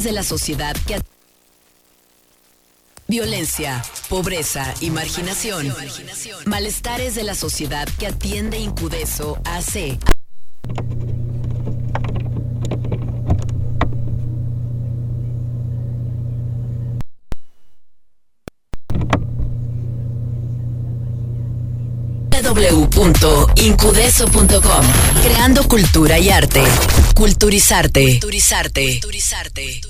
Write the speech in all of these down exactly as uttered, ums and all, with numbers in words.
de la sociedad que violencia, pobreza y marginación. Malestares de la sociedad que atiende Incudeso A C. doble u doble u doble u punto incudeso punto com. Creando cultura y arte. Culturizarte. Culturizarte. Culturizarte.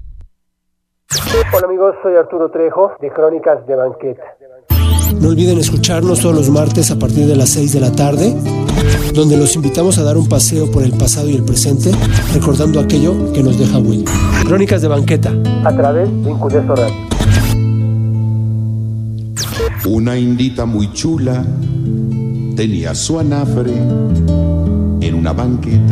Hola amigos, soy Arturo Trejo de Crónicas de Banqueta. No olviden escucharnos todos los martes a partir de las seis de la tarde, donde los invitamos a dar un paseo por el pasado y el presente, recordando aquello que nos deja huella. Crónicas de Banqueta. A través de Incudeso Radio. Una indita muy chula tenía su anafre en una banqueta.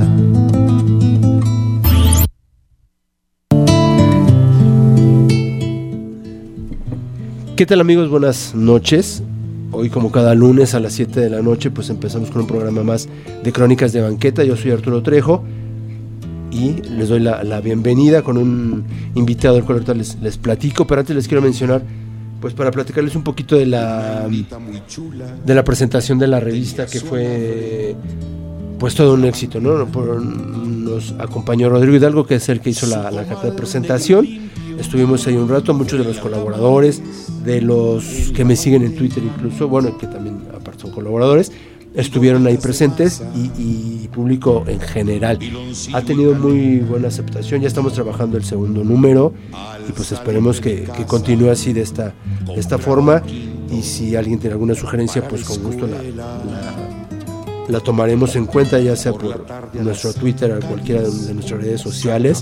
¿Qué tal amigos? Buenas noches. Hoy, como cada lunes a las siete de la noche, pues empezamos con un programa más de Crónicas de Banqueta. Yo soy Arturo Trejo y les doy la, la bienvenida con un invitado del cual ahorita les, les platico, pero antes les quiero mencionar, pues para platicarles un poquito de la de la presentación de la revista, que fue pues todo un éxito, ¿no? Por, nos acompañó Rodrigo Hidalgo, que es el que hizo la, la carta de presentación. Estuvimos ahí un rato, muchos de los colaboradores, de los que me siguen en Twitter incluso, bueno, que también aparte son colaboradores, estuvieron ahí presentes y, y público en general. Ha tenido muy buena aceptación, ya estamos trabajando el segundo número y pues esperemos que, que continúe así de esta, de esta forma, y si alguien tiene alguna sugerencia, pues con gusto la, la, la tomaremos en cuenta, ya sea por nuestro Twitter o cualquiera de, de nuestras redes sociales,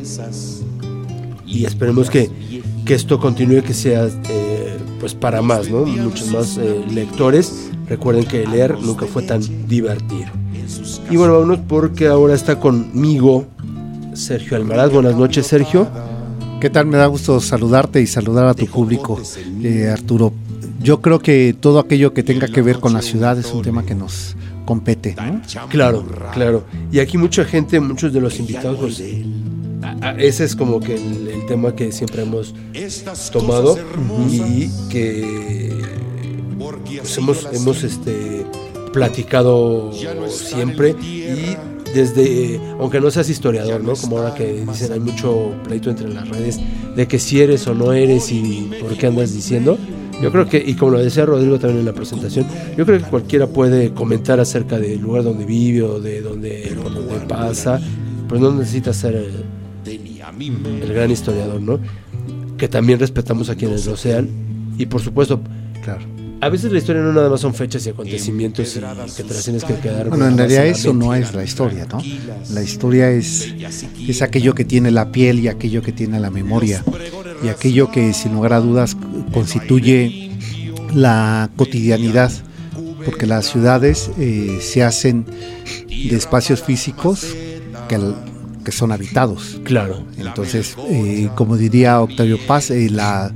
y esperemos que, que esto continúe, que sea eh, pues para más, ¿no? Muchos más eh, lectores. Recuerden que leer nunca fue tan divertido. Y bueno, vámonos porque ahora está conmigo Sergio Almaraz. Buenas noches, Sergio. ¿Qué tal? Me da gusto saludarte y saludar a tu público, eh, Arturo. Yo creo que todo aquello que tenga que ver con la ciudad es un tema que nos compete, ¿no? Claro, claro. Y aquí mucha gente, muchos de los invitados, pues, a, a, ese es como que el, el tema que siempre hemos tomado, uh-huh, y que pues hemos, hemos este, platicado siempre, y desde, aunque no seas historiador, ¿no? Como ahora que dicen, hay mucho pleito entre las redes de que si eres o no eres y por qué andas diciendo. Yo creo que, y como lo decía Rodrigo también en la presentación, yo creo que cualquiera puede comentar acerca del lugar donde vive o de donde, por donde pasa, pues no necesita ser el, el gran historiador, ¿no? Que también respetamos a quienes lo sean, y por supuesto, claro, a veces la historia no nada más son fechas y acontecimientos y que te las tienes que quedar. Bueno, en realidad eso no es la historia, ¿no? La historia es, es aquello que tiene la piel y aquello que tiene la memoria, y aquello que sin lugar a dudas constituye la cotidianidad, porque las ciudades eh, se hacen de espacios físicos que, que son habitados. Claro. Entonces, eh, como diría Octavio Paz, eh, la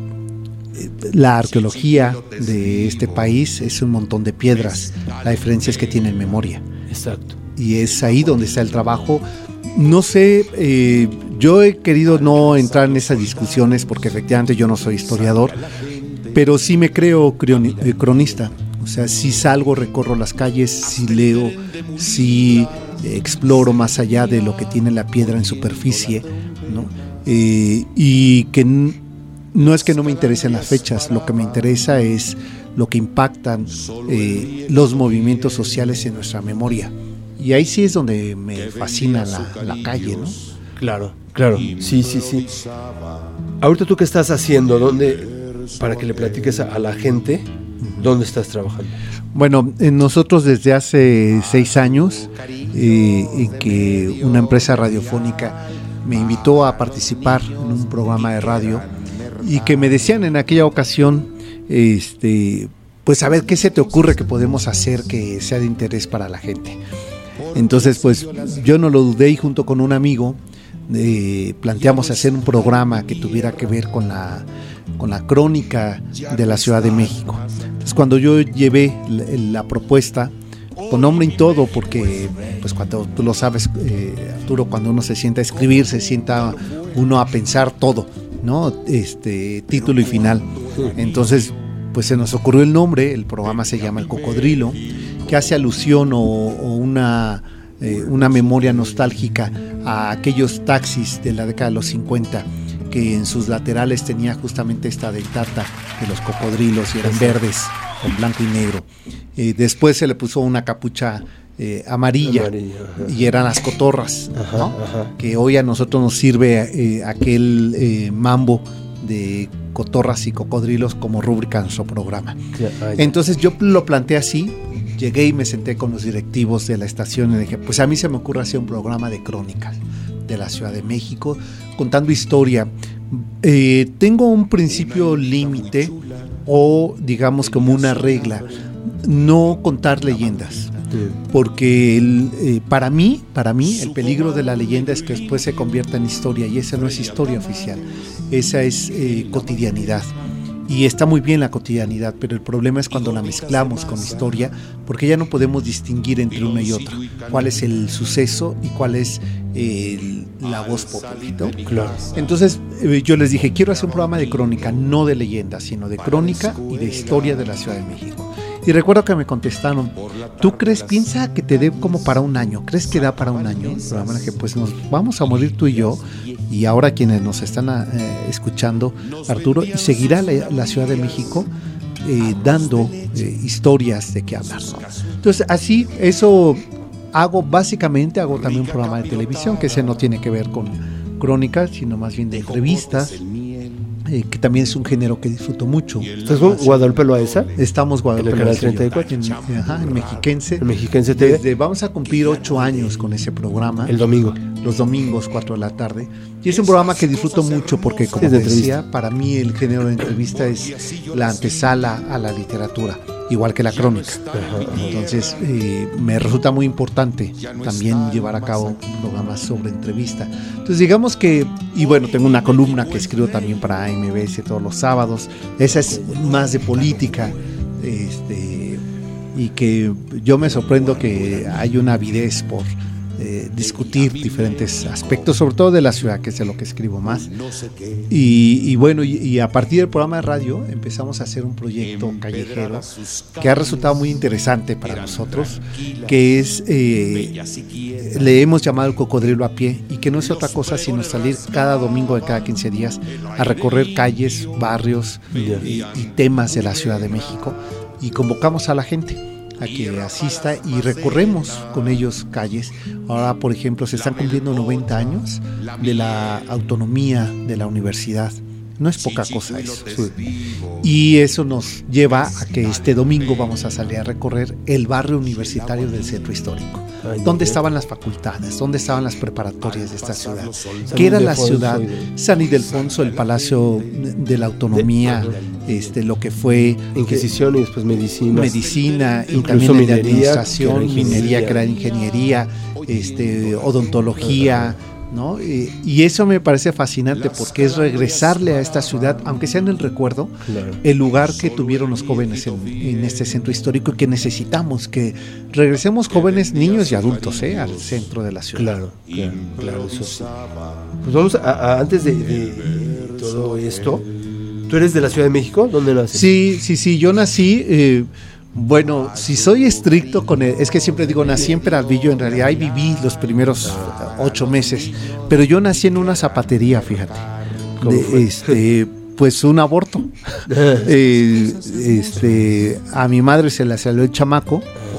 La arqueología de este país es un montón de piedras. La diferencia es que tienen memoria. Exacto. Y es ahí donde está el trabajo. No sé, eh, yo he querido no entrar en esas discusiones porque efectivamente yo no soy historiador, pero sí me creo crioni- eh, cronista. O sea, sí salgo, recorro las calles, sí leo, sí exploro más allá de lo que tiene la piedra en superficie, ¿no? Eh, y que n- no es que no me interesen las fechas, lo que me interesa es lo que impactan eh, los movimientos sociales en nuestra memoria. Y ahí sí es donde me fascina la, la calle, ¿no? Claro, claro, sí, sí, sí. Ahorita, ¿tú qué estás haciendo? ¿Dónde, para que le platiques a, a la gente, dónde estás trabajando? Bueno, eh, nosotros desde hace seis años, eh, en que una empresa radiofónica me invitó a participar en un programa de radio, y que me decían en aquella ocasión, este, pues a ver qué se te ocurre que podemos hacer que sea de interés para la gente. Entonces, pues yo no lo dudé, y junto con un amigo eh, planteamos hacer un programa que tuviera que ver con la, con la crónica de la Ciudad de México. Entonces, cuando yo llevé la, la propuesta, con nombre y todo, porque pues cuando tú lo sabes, eh, Arturo, cuando uno se sienta a escribir, se sienta uno a pensar todo, ¿no? Este, título y final. Entonces, pues se nos ocurrió el nombre, el programa se llama El Cocodrilo, que hace alusión o, o una, eh, una memoria nostálgica a aquellos taxis de la década de los cincuenta, que en sus laterales tenía justamente esta dentata de los cocodrilos y eran verdes con blanco y negro. Eh, después se le puso una capucha eh, amarilla, amarilla y eran las cotorras, ajá, ¿no? Ajá. Que hoy a nosotros nos sirve eh, aquel eh, mambo de cotorras y cocodrilos como rúbrica en nuestro programa. Ya, ah, ya. Entonces yo lo planteé así, llegué y me senté con los directivos de la estación y dije, pues a mí se me ocurre hacer un programa de crónicas de la Ciudad de México, contando historia. Eh, tengo un principio límite o digamos como una regla, no contar leyendas, porque el, eh, para mí, para mí el peligro de la leyenda es que después se convierta en historia, y esa no es historia oficial, esa es eh, cotidianidad. Y está muy bien la cotidianidad, pero el problema es cuando la mezclamos con historia, porque ya no podemos distinguir entre una y otra cuál es el suceso y cuál es eh, la voz popular, ¿no? Claro. Entonces eh, yo les dije, quiero hacer un programa de crónica, no de leyenda, sino de crónica y de historia de la Ciudad de México. Y recuerdo que me contestaron, ¿tú crees, piensa que te dé como para un año? ¿Crees que da para un año? Pero que pues nos vamos a morir tú y yo, y ahora quienes nos están eh, escuchando, Arturo, y seguirá la, la Ciudad de México eh, dando eh, historias de qué hablar, ¿no? Entonces así, eso hago básicamente, hago también un programa de televisión, que ese no tiene que ver con crónicas, sino más bien de entrevistas. Eh, que también es un género que disfruto mucho. ¿Estás con Guadalupe Loaesa? Estamos Guadalupe en el canal treinta y cuatro. En, ajá, en Mexiquense. En Mexiquense T V. Desde, vamos a cumplir ocho años con ese programa. El domingo. Los domingos, cuatro de la tarde. Y es un programa que disfruto mucho porque, como te decía, para mí el género de entrevista es la antesala a la literatura, igual que la crónica. Ajá, ajá. Entonces, eh, me resulta muy importante también llevar a cabo programas sobre entrevista. Entonces, digamos que, y bueno, tengo una columna que escribo también para A M B S todos los sábados. Esa es más de política, este, y que yo me sorprendo que hay una avidez por Eh, discutir diferentes aspectos, sobre todo de la ciudad, que es de lo que escribo más. Y, y bueno, y, y a partir del programa de radio empezamos a hacer un proyecto callejero que ha resultado muy interesante para nosotros, que es, eh, le hemos llamado El Cocodrilo a Pie, y que no es otra cosa sino salir cada domingo de cada quince días a recorrer calles, barrios y, y temas de la Ciudad de México, y convocamos a la gente a que asista y recorremos con ellos calles. Ahora, por ejemplo, se están cumpliendo noventa años de la autonomía de la universidad. No es poca cosa eso. Y eso nos lleva a que este domingo vamos a salir a recorrer el barrio universitario del centro histórico. ¿Dónde estaban las facultades? ¿Dónde estaban las preparatorias de esta ciudad? ¿Qué era la ciudad? San Ildefonso, el Palacio de la Autonomía, este, lo que fue Inquisición y después medicina. Medicina, y también minería, de administración, minería, que era ingeniería, este, odontología, ¿no? Y, y eso me parece fascinante porque es regresarle a esta ciudad, aunque sea en el recuerdo, claro, el lugar que tuvieron los jóvenes en, en este centro histórico, y que necesitamos que regresemos jóvenes, niños y adultos, ¿eh? Al centro de la ciudad. Claro, claro, claro, eso sí. Pues vamos a, a, antes de, de todo esto, ¿tú eres de la Ciudad de México? ¿Dónde naces? Sí, sí, sí, yo nací... Eh, Bueno, si soy estricto con el, es que siempre digo, nací en Peralvillo, en realidad ahí viví los primeros ocho meses, pero yo nací en una zapatería, fíjate, de, este, pues un aborto. eh, este, a mi madre se le salió el chamaco,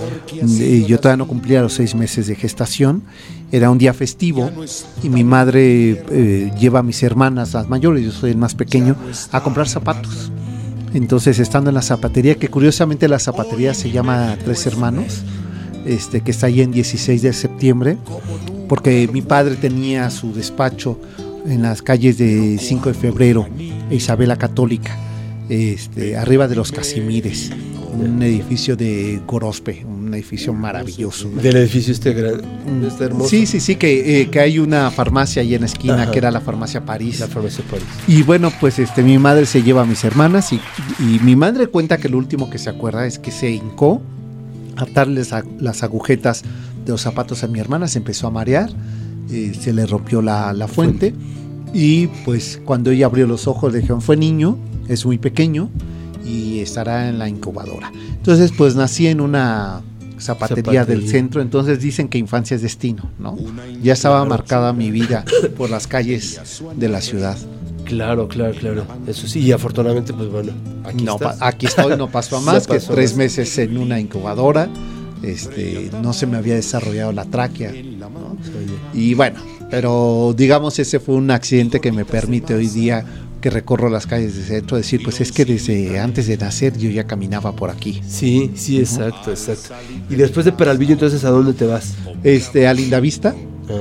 eh, yo todavía no cumplía los seis meses de gestación, era un día festivo y mi madre eh, lleva a mis hermanas, las mayores, yo soy el más pequeño, a comprar zapatos. Entonces, estando en la zapatería, que curiosamente la zapatería se llama Tres Hermanos, este, que está ahí en dieciséis de septiembre, porque mi padre tenía su despacho en las calles de cinco de febrero e Isabel la Católica, este, arriba de los Casimires, un edificio de Gorospe, un edificio maravilloso. Del edificio este gran, este hermoso. Sí, sí, sí, que, eh, que hay una farmacia ahí en la esquina. Ajá. Que era la farmacia París. La farmacia París. Y bueno, pues este, mi madre se lleva a mis hermanas y, y mi madre cuenta que lo último que se acuerda es que se hincó atarles a, las agujetas de los zapatos a mi hermana, se empezó a marear, eh, se le rompió la, la fuente, y pues cuando ella abrió los ojos le dijeron, fue niño, es muy pequeño y estará en la incubadora. Entonces pues nací en una zapatería, zapatería del centro, entonces dicen que infancia es destino, ¿no? Ya estaba claro, marcada mi vida por las calles de la ciudad. Claro, claro, claro. Eso sí, y afortunadamente, pues bueno, aquí, no, aquí estoy, no pasó a más, no pasó que tres más. meses en una incubadora, este, no se me había desarrollado la tráquea, ¿no? Y bueno, pero digamos ese fue un accidente que me permite hoy día, que recorro las calles del centro, decir, pues es que desde antes de nacer yo ya caminaba por aquí. Sí, sí, exacto, exacto. Y después de Peralvillo, entonces, ¿a dónde te vas? Este, a Lindavista,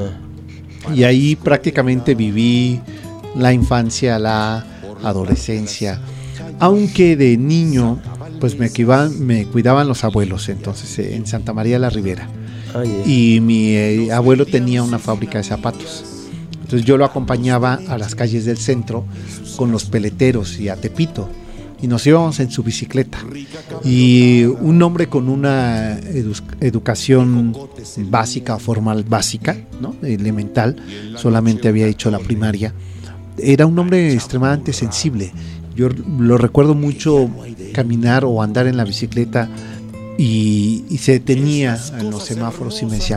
ah. y ahí prácticamente viví la infancia, la adolescencia, aunque de niño pues me cuidaban, me cuidaban los abuelos, entonces eh, en Santa María la Ribera, ah, yeah. y mi eh, abuelo tenía una fábrica de zapatos, entonces yo lo acompañaba a las calles del centro con los peleteros y a Tepito, y nos íbamos en su bicicleta, y un hombre con una edu- educación básica, formal básica, ¿no? Elemental, solamente había hecho la primaria. Era un hombre extremadamente sensible. Yo lo recuerdo mucho caminar o andar en la bicicleta y, y se detenía en los semáforos y me decía,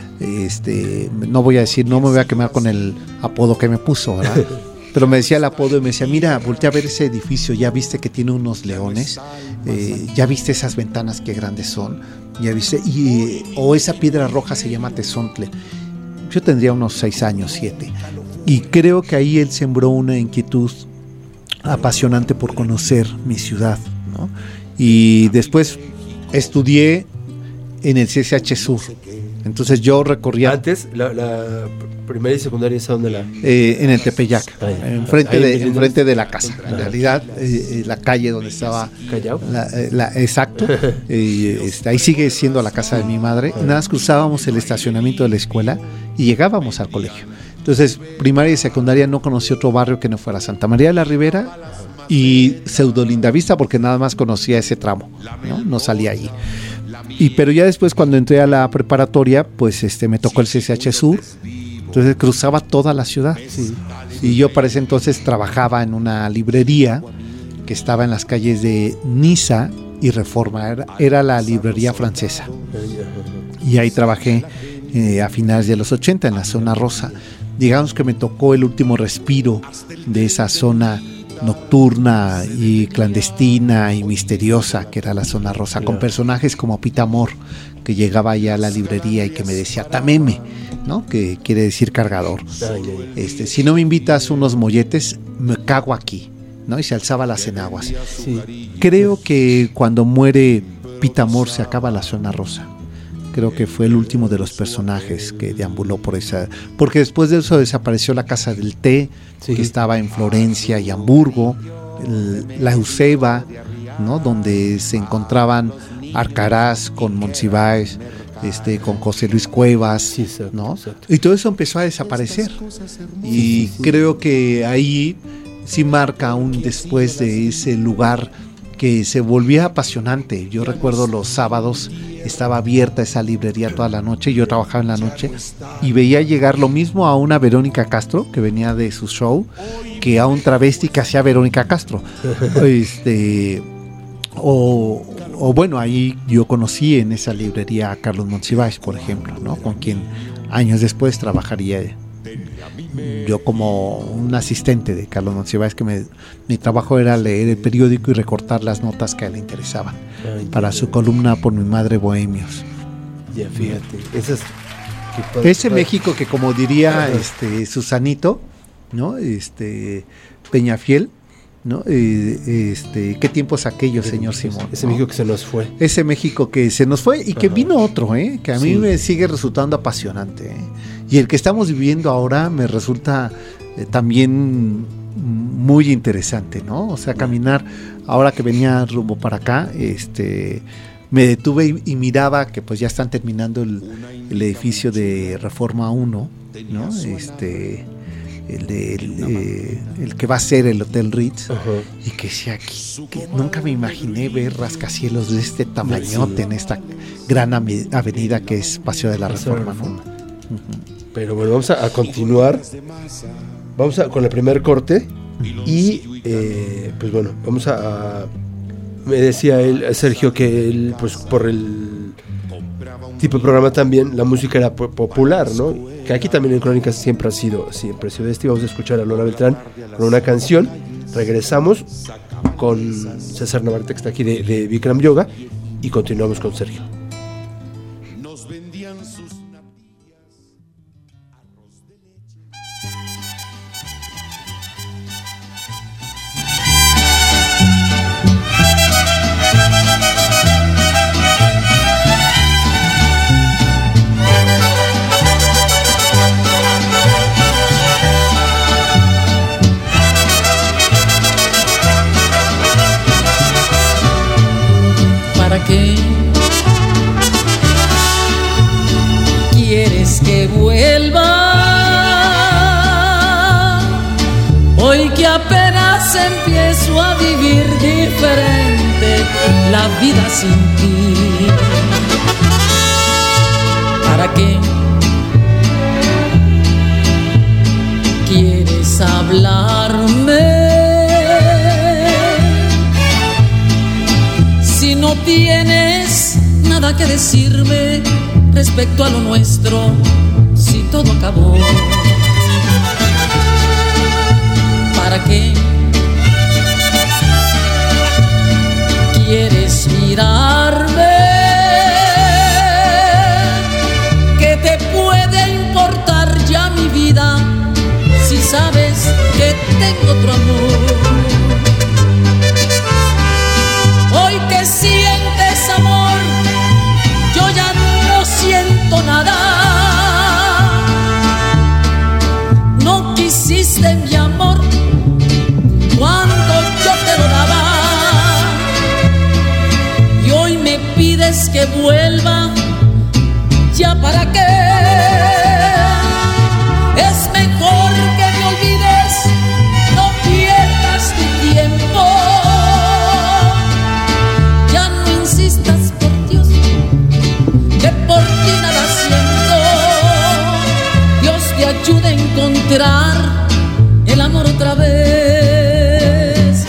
este, no voy a decir, no me voy a quemar con el apodo que me puso, ¿verdad? Pero me decía el apodo y me decía, mira, voltea a ver ese edificio, ya viste que tiene unos leones, eh, ya viste esas ventanas qué grandes son, ya viste, y, o esa piedra roja se llama Tezontle. Yo tendría unos seis años, siete. Y creo que ahí él sembró una inquietud apasionante por conocer mi ciudad, ¿no? Y después estudié en el C C H Sur. Entonces yo recorría... Antes, la, la primaria y secundaria, ¿es a dónde la...? Eh, en el Tepeyac, enfrente de, enfrente de la casa. En realidad, eh, la calle donde estaba... ¿Callao? La, la, exacto. eh, este, ahí sigue siendo la casa de mi madre. Nada más cruzábamos el estacionamiento de la escuela y llegábamos al colegio. Entonces, primaria y secundaria no conocí otro barrio que no fuera Santa María de la Ribera y Pseudo Lindavista, porque nada más conocía ese tramo, ¿no? No salía allí. Y pero ya después, cuando entré a la preparatoria, pues este me tocó el C C H Sur, entonces cruzaba toda la ciudad. Sí. Y yo para ese entonces trabajaba en una librería que estaba en las calles de Niza y Reforma, era, era la librería francesa. Y ahí trabajé eh, a finales de los ochenta en la zona rosa. Digamos que me tocó el último respiro de esa zona nocturna y clandestina y misteriosa que era la zona rosa, con personajes como Pitamor, que llegaba allá a la librería y que me decía Tameme, ¿no? Que quiere decir cargador. Este, si no me invitas unos molletes, me cago aquí, ¿no? Y se alzaba las enaguas. Sí. Creo que cuando muere Pitamor se acaba la zona rosa. Creo que fue el último de los personajes que deambuló por esa... Porque después de eso desapareció la Casa del Té, sí, que estaba en Florencia y Hamburgo, el, la Euseba, ¿no? Donde se encontraban Arcaraz con Monsiváis, este, con José Luis Cuevas, sí, exacto, ¿no? Exacto. Y todo eso empezó a desaparecer. Y creo que ahí sí marca un después de ese lugar que se volvía apasionante. Yo recuerdo los sábados estaba abierta esa librería toda la noche, yo trabajaba en la noche y veía llegar lo mismo a una Verónica Castro que venía de su show que a un travesti que hacía Verónica Castro. este o, o bueno, ahí yo conocí en esa librería a Carlos Monsiváis, por ejemplo, ¿no? Con quien años después trabajaría yo como un asistente de Carlos Monsiváis, que me, mi trabajo era leer el periódico y recortar las notas que a él le interesaban. Ay, para su columna Por mi madre Bohemios. Ya, fíjate, esas, ese México que, como diría este Susanito, ¿no? Este Peñafiel, ¿no? Eh, este, qué tiempos aquellos, señor Simón. Ese ¿no? México que se nos fue. Ese México que se nos fue y que Ajá. vino otro, ¿eh? Que a mí sí. me sigue resultando apasionante, ¿eh? Y el que estamos viviendo ahora me resulta eh, también muy interesante, ¿no? O sea, caminar, ahora que venía rumbo para acá, este, me detuve y, y miraba que pues ya están terminando el, el edificio de Reforma uno, ¿no? Este, el, de, el, eh, el que va a ser el Hotel Ritz, Ajá. y que decía que, que nunca me imaginé ver rascacielos de este tamañote, sí, en esta gran avenida que es Paseo de la Paseo Reforma, de la Reforma. ¿No? Uh-huh. Pero bueno, vamos a, a continuar. Vamos a, con el primer corte. Y eh, pues bueno, vamos a, a me decía él, Sergio, que él, pues por el tipo de programa también la música era popular, ¿no? Que aquí también en Crónicas siempre ha sido, siempre ha sido este. Vamos a escuchar a Lola Beltrán con una canción. Regresamos con César Navarrete, que está aquí de, de Bikram Yoga, y continuamos con Sergio. Nos vendían sus natillas, arroz de leche. ¿Para qué quieres que vuelva? Hoy que apenas empiezo a vivir diferente la vida sin ti. ¿Para qué quieres hablarme? Si no tienes nada que decirme respecto a lo nuestro, si todo acabó, ¿para qué quieres mirarme? ¿Qué te puede importar ya mi vida si sabes que tengo otro amor? Hoy que sientes amor, yo ya no siento nada. No quisiste mi amor cuando yo te lo daba, y hoy me pides que vuelva. ¿Ya para qué? Es mejor que me olvides, no pierdas tu tiempo. Por Dios, que por ti nada siento. Dios te ayude a encontrar el amor otra vez.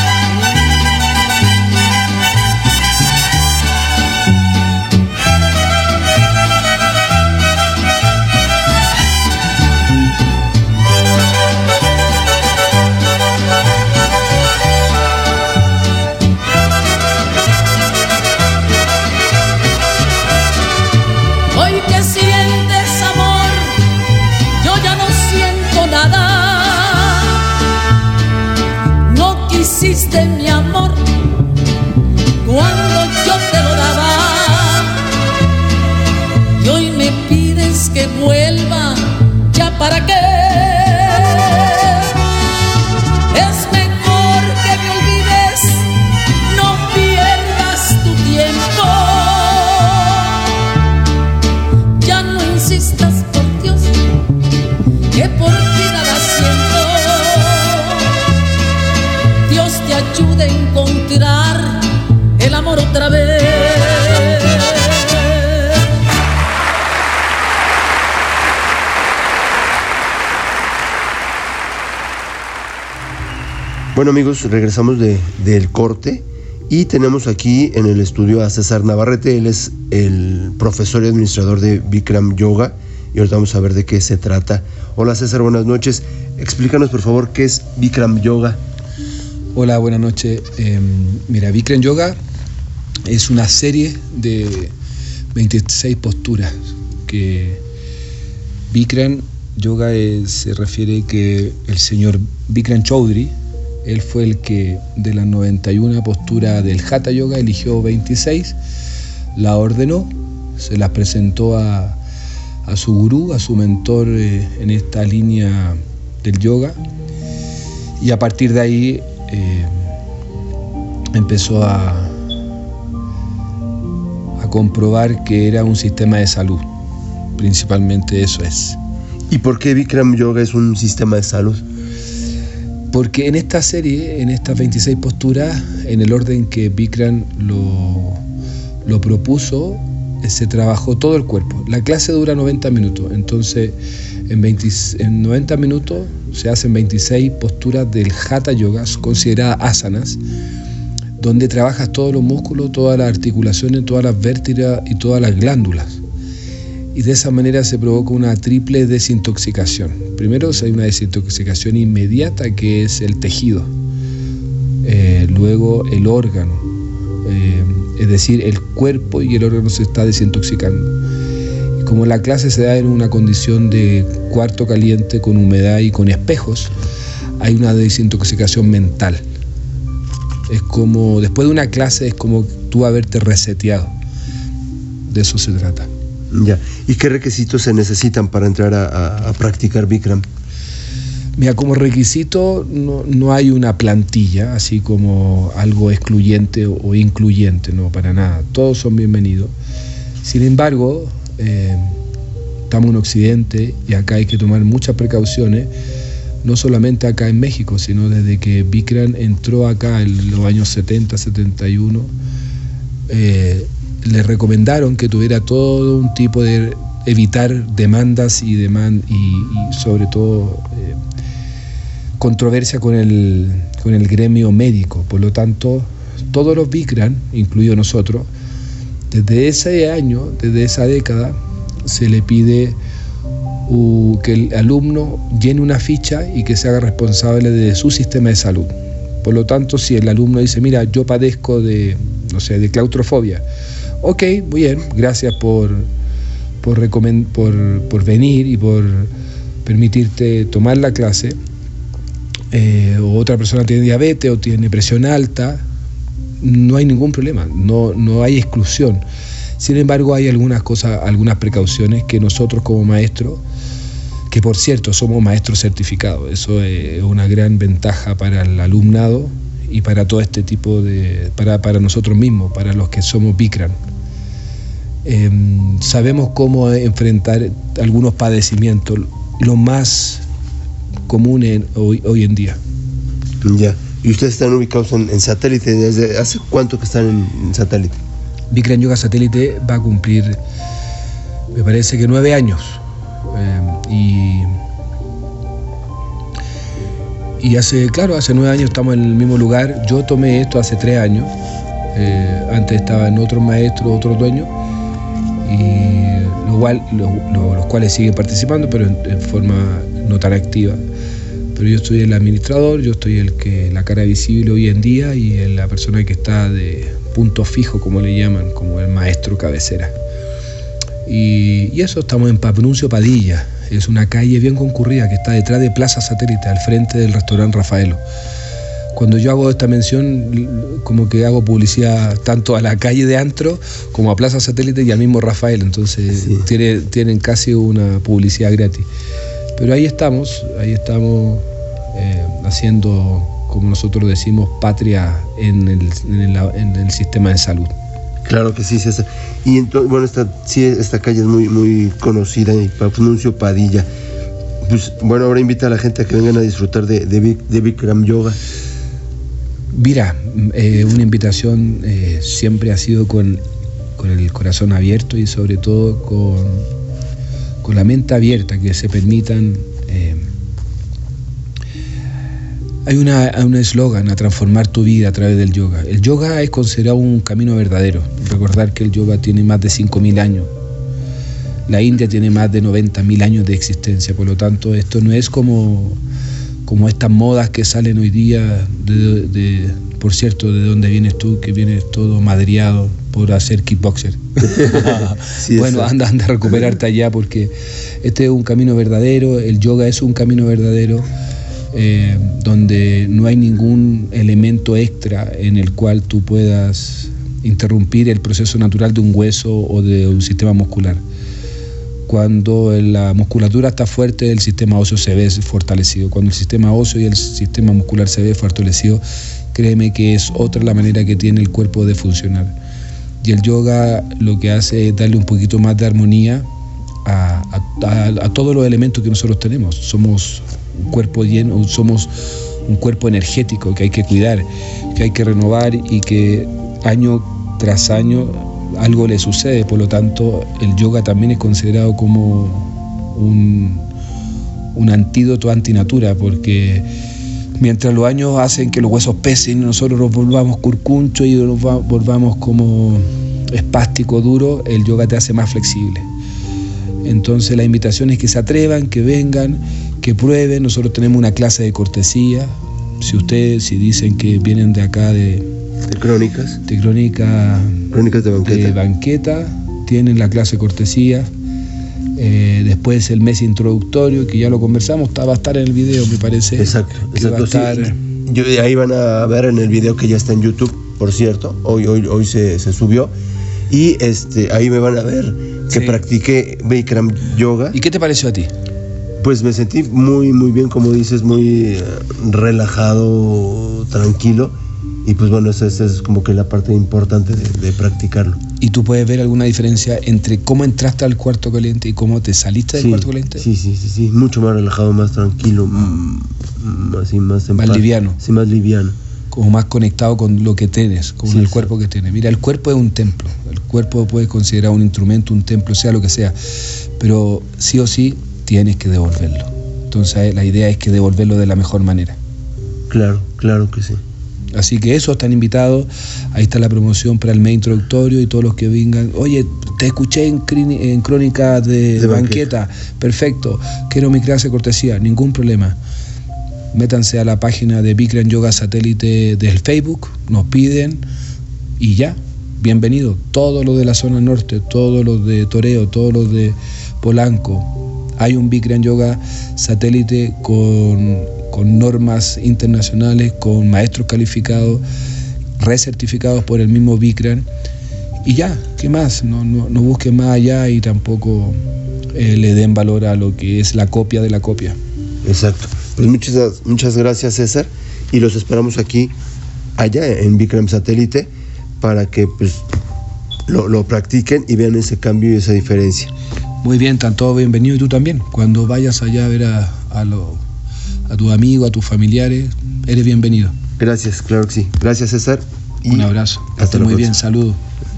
Hiciste mi amor cuando yo te lo daba, y hoy me pides que vuelva. ¿Ya para qué? Es mejor que me olvides, no pierdas tu tiempo. Ya no insistas, por Dios, que por ti nada siento. Dios te ayude a encontrar el amor otra vez. Bueno, amigos, regresamos de, del corte y tenemos aquí en el estudio a César Navarrete. Él es el profesor y administrador de Bikram Yoga y ahorita vamos a ver de qué se trata. Hola César, buenas noches. Explícanos por favor qué es Bikram Yoga. Hola, buenas noches. Eh, mira, Bikram Yoga es una serie de veintiséis posturas. Que Bikram Yoga es, se refiere que el señor Bikram Choudhury, él fue el que de las noventa y una posturas del Hatha Yoga eligió veintiséis, la ordenó, se las presentó a, a su gurú, a su mentor eh, en esta línea del yoga, y a partir de ahí eh, empezó a, a comprobar que era un sistema de salud, principalmente eso es. ¿Y por qué Bikram Yoga es un sistema de salud? Porque en esta serie, en estas veintiséis posturas, en el orden que Bikram lo, lo propuso, se trabajó todo el cuerpo. La clase dura noventa minutos, entonces en, veinte, en noventa minutos se hacen veintiséis posturas del Hatha Yoga, consideradas asanas, donde trabajas todos los músculos, todas las articulaciones, todas las vértebras y todas las glándulas. Y de esa manera se provoca una triple desintoxicación. Primero hay una desintoxicación inmediata, que es el tejido, eh, luego el órgano, eh, es decir, el cuerpo y el órgano se está desintoxicando. Y como la clase se da en una condición de cuarto caliente, con humedad y con espejos, hay una desintoxicación mental. Es como, después de una clase, es como tú haberte reseteado. De eso se trata. Ya. ¿Y qué requisitos se necesitan para entrar a, a, a practicar Bikram? Mira, como requisito no, no hay una plantilla, así como algo excluyente o, o incluyente, no, para nada. Todos son bienvenidos. Sin embargo, eh, estamos en Occidente y acá hay que tomar muchas precauciones, no solamente acá en México, sino desde que Bikram entró acá en los años setenta, setenta y uno, eh, le recomendaron que tuviera todo un tipo de evitar demandas y, demand, y, y sobre todo eh, controversia con el, con el gremio médico. Por lo tanto, todos los Bikram, incluido nosotros, desde ese año, desde esa década, se le pide uh, que el alumno llene una ficha y que se haga responsable de su sistema de salud. Por lo tanto, si el alumno dice, mira, yo padezco de, no sé, de claustrofobia, ok, muy bien, gracias por, por, recomend- por, por venir y por permitirte tomar la clase. Eh, o otra persona tiene diabetes o tiene presión alta, no hay ningún problema, no, no hay exclusión. Sin embargo, hay algunas cosas, algunas precauciones que nosotros como maestros, que por cierto somos maestros certificados, eso es una gran ventaja para el alumnado y para todo este tipo de, para, para nosotros mismos, para los que somos Bikram. Eh, sabemos cómo enfrentar algunos padecimientos, los más comunes hoy, hoy en día. Ya. ¿Y ustedes están ubicados en, en satélite? ¿Desde hace cuánto que están en, en satélite? Bikram Yoga Satélite va a cumplir, me parece que nueve años. Eh, y, y hace, claro, hace nueve años estamos en el mismo lugar. Yo tomé esto hace tres años. Eh, antes estaban otros maestros, otros dueños, y lo cual, lo, lo, los cuales siguen participando, pero en, en forma no tan activa. Pero yo estoy el administrador, yo estoy el que la cara visible hoy en día y la persona que está de punto fijo, como le llaman, como el maestro cabecera. Y, y eso, estamos en Papnuncio Padilla, es una calle bien concurrida que está detrás de Plaza Satélite, al frente del restaurante Rafaelo. Cuando yo hago esta mención, como que hago publicidad tanto a la calle de Antro como a Plaza Satélite y al mismo Rafael, entonces sí. tiene, tienen casi una publicidad gratis. Pero ahí estamos, ahí estamos eh, haciendo, como nosotros decimos, patria en el, en el, en el sistema de salud. Claro que sí, César. Y entonces, bueno, esta, sí, esta calle es muy, muy conocida, y Papnuncio Padilla. Pues bueno, ahora invita a la gente a que vengan a disfrutar de, de, de Bikram Yoga. Mira, eh, una invitación eh, siempre ha sido con, con el corazón abierto y sobre todo con, con la mente abierta, que se permitan. Eh, hay una, un eslogan a transformar tu vida a través del yoga. El yoga es considerado un camino verdadero. Recordar que el yoga tiene más de cinco mil años. La India tiene más de noventa mil años de existencia, por lo tanto esto no es como, como estas modas que salen hoy día, de, de, por cierto, ¿de dónde vienes tú? Que vienes todo madreado por hacer kickboxer. Sí, bueno, anda, anda a recuperarte allá, porque este es un camino verdadero, el yoga es un camino verdadero, eh, donde no hay ningún elemento extra en el cual tú puedas interrumpir el proceso natural de un hueso o de un sistema muscular. Cuando la musculatura está fuerte, el sistema óseo se ve fortalecido. Cuando el sistema óseo y el sistema muscular se ve fortalecido, créeme que es otra la manera que tiene el cuerpo de funcionar. Y el yoga lo que hace es darle un poquito más de armonía a, a, a todos los elementos que nosotros tenemos. Somos un cuerpo lleno, somos un cuerpo energético que hay que cuidar, que hay que renovar y que año tras año algo le sucede. Por lo tanto, el yoga también es considerado como un, un antídoto antinatura, porque mientras los años hacen que los huesos pesen y nosotros nos volvamos curcunchos y nos va, volvamos como espásticos duros, el yoga te hace más flexible. Entonces la invitación es que se atrevan, que vengan, que prueben. Nosotros tenemos una clase de cortesía. Si ustedes, si dicen que vienen de acá de, de Crónicas, de Crónica, Crónicas de Banqueta, de Banqueta, tienen la clase de cortesía. Eh, después el mes introductorio, que ya lo conversamos, está, va a estar en el video, me parece. Exacto, exacto. Va a estar... sí. Yo, ahí van a ver en el video que ya está en YouTube, por cierto. Hoy, hoy, hoy se, se subió. Y este, ahí me van a ver que sí. practiqué Bikram Yoga. ¿Y qué te pareció a ti? Pues me sentí muy, muy bien, como dices, muy relajado, tranquilo. Y pues bueno, esa, esa es como que la parte importante de, de practicarlo. ¿Y tú puedes ver alguna diferencia entre cómo entraste al cuarto caliente y cómo te saliste del sí, cuarto caliente? Sí, sí, sí, sí, mucho más relajado, más tranquilo, así, más en más paz. liviano. Sí, más liviano. Como más conectado con lo que tienes, con sí, el sí. cuerpo que tienes. Mira, el cuerpo es un templo. El cuerpo puede considerar un instrumento, un templo, sea lo que sea. Pero sí o sí tienes que devolverlo. Entonces la idea es que devolverlo de la mejor manera. Claro, claro que sí. Así que eso, están invitados. Ahí está la promoción para el mes introductorio y todos los que vengan. Oye, te escuché en, en Crónicas de, de Banqueta. Perfecto. Quiero mi clase de cortesía. Ningún problema. Métanse a la página de Bikram Yoga Satélite del Facebook, nos piden y ya, bienvenido. Todos los de la zona norte, todos los de Toreo, todos los de Polanco. Hay un Bikram Yoga Satélite con, con normas internacionales, con maestros calificados, recertificados por el mismo Bikram. Y ya, ¿qué más? No, no, no busquen más allá y tampoco eh, le den valor a lo que es la copia de la copia. Exacto. Pues muchas, muchas gracias, César, y los esperamos aquí, allá en Bikram Satélite, para que pues lo, lo practiquen y vean ese cambio y esa diferencia. Muy bien, están todos bienvenidos, y tú también. Cuando vayas allá a ver a, a, lo, a tus amigos, a tus familiares, eres bienvenido. Gracias, claro que sí. Gracias, César. Y un abrazo. Hasta muy bien, saludos.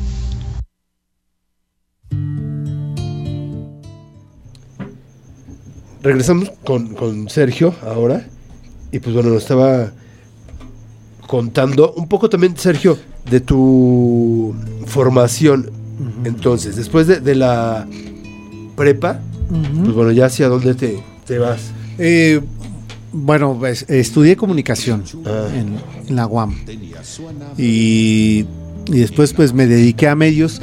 Regresamos con, con Sergio ahora, y pues bueno, nos estaba contando un poco también, Sergio, de tu formación. Uh-huh. Entonces, después de, de la prepa, uh-huh. pues bueno, ya hacia dónde te, te vas. Eh, bueno, pues, estudié comunicación ah. en, en la U A M, y, y después pues me dediqué a medios.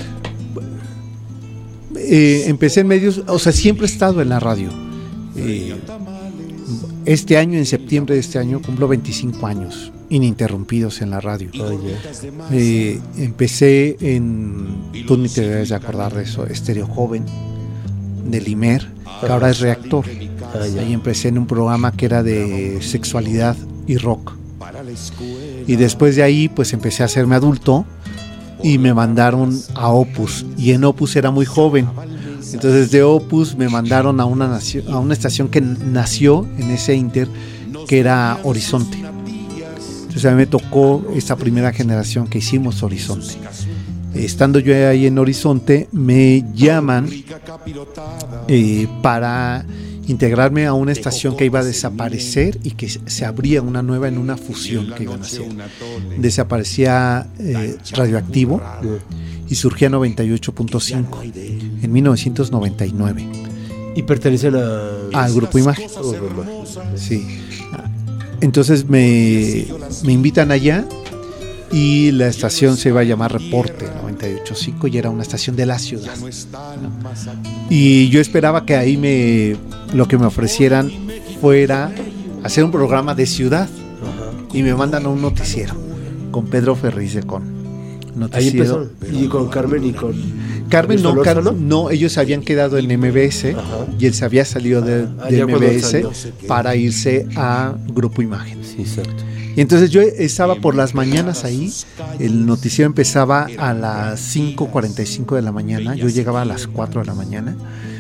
Eh, empecé en medios, o sea, siempre he estado en la radio. Eh, este año, en septiembre de este año, cumplo veinticinco años ininterrumpidos en la radio. Oh, yeah. eh, empecé en, tú ni te debes de acordar de eso, Estéreo Joven del I M E R, que ahora es Reactor. Oh, yeah. Ahí empecé en un programa que era de sexualidad y rock, y después de ahí pues empecé a hacerme adulto y me mandaron a Opus, y en Opus era muy joven. Entonces de Opus me mandaron a una, nacio, a una estación que nació en ese inter, que era Horizonte. Entonces a mí me tocó esta primera generación que hicimos Horizonte. Estando yo ahí en Horizonte, me llaman eh, para integrarme a una estación que iba a desaparecer y que se abría una nueva en una fusión que iban a hacer. Desaparecía eh, Radioactivo y surgía noventa y ocho punto cinco en mil novecientos noventa y nueve. ¿Y pertenecen a... al Grupo Imagen? Sí. Entonces me, me invitan allá, y la estación se iba a llamar Reporte noventa y ocho punto cinco y era una estación de la ciudad, ¿no? Y yo esperaba que ahí me lo que me ofrecieran fuera hacer un programa de ciudad. Ajá. Y me mandan a un noticiero con Pedro Ferriz de Con. Noticiero. Ahí empezó. Y con Carmen y con Carmen no, Car- ¿no? no, ellos habían quedado en M B S. Ajá. Y él se había salido de, ah, de M B S para irse a Grupo Imagen. Sí, exacto. Y entonces yo estaba por las mañanas ahí, el noticiero empezaba a las cinco cuarenta y cinco de la mañana, yo llegaba a las cuatro de la mañana,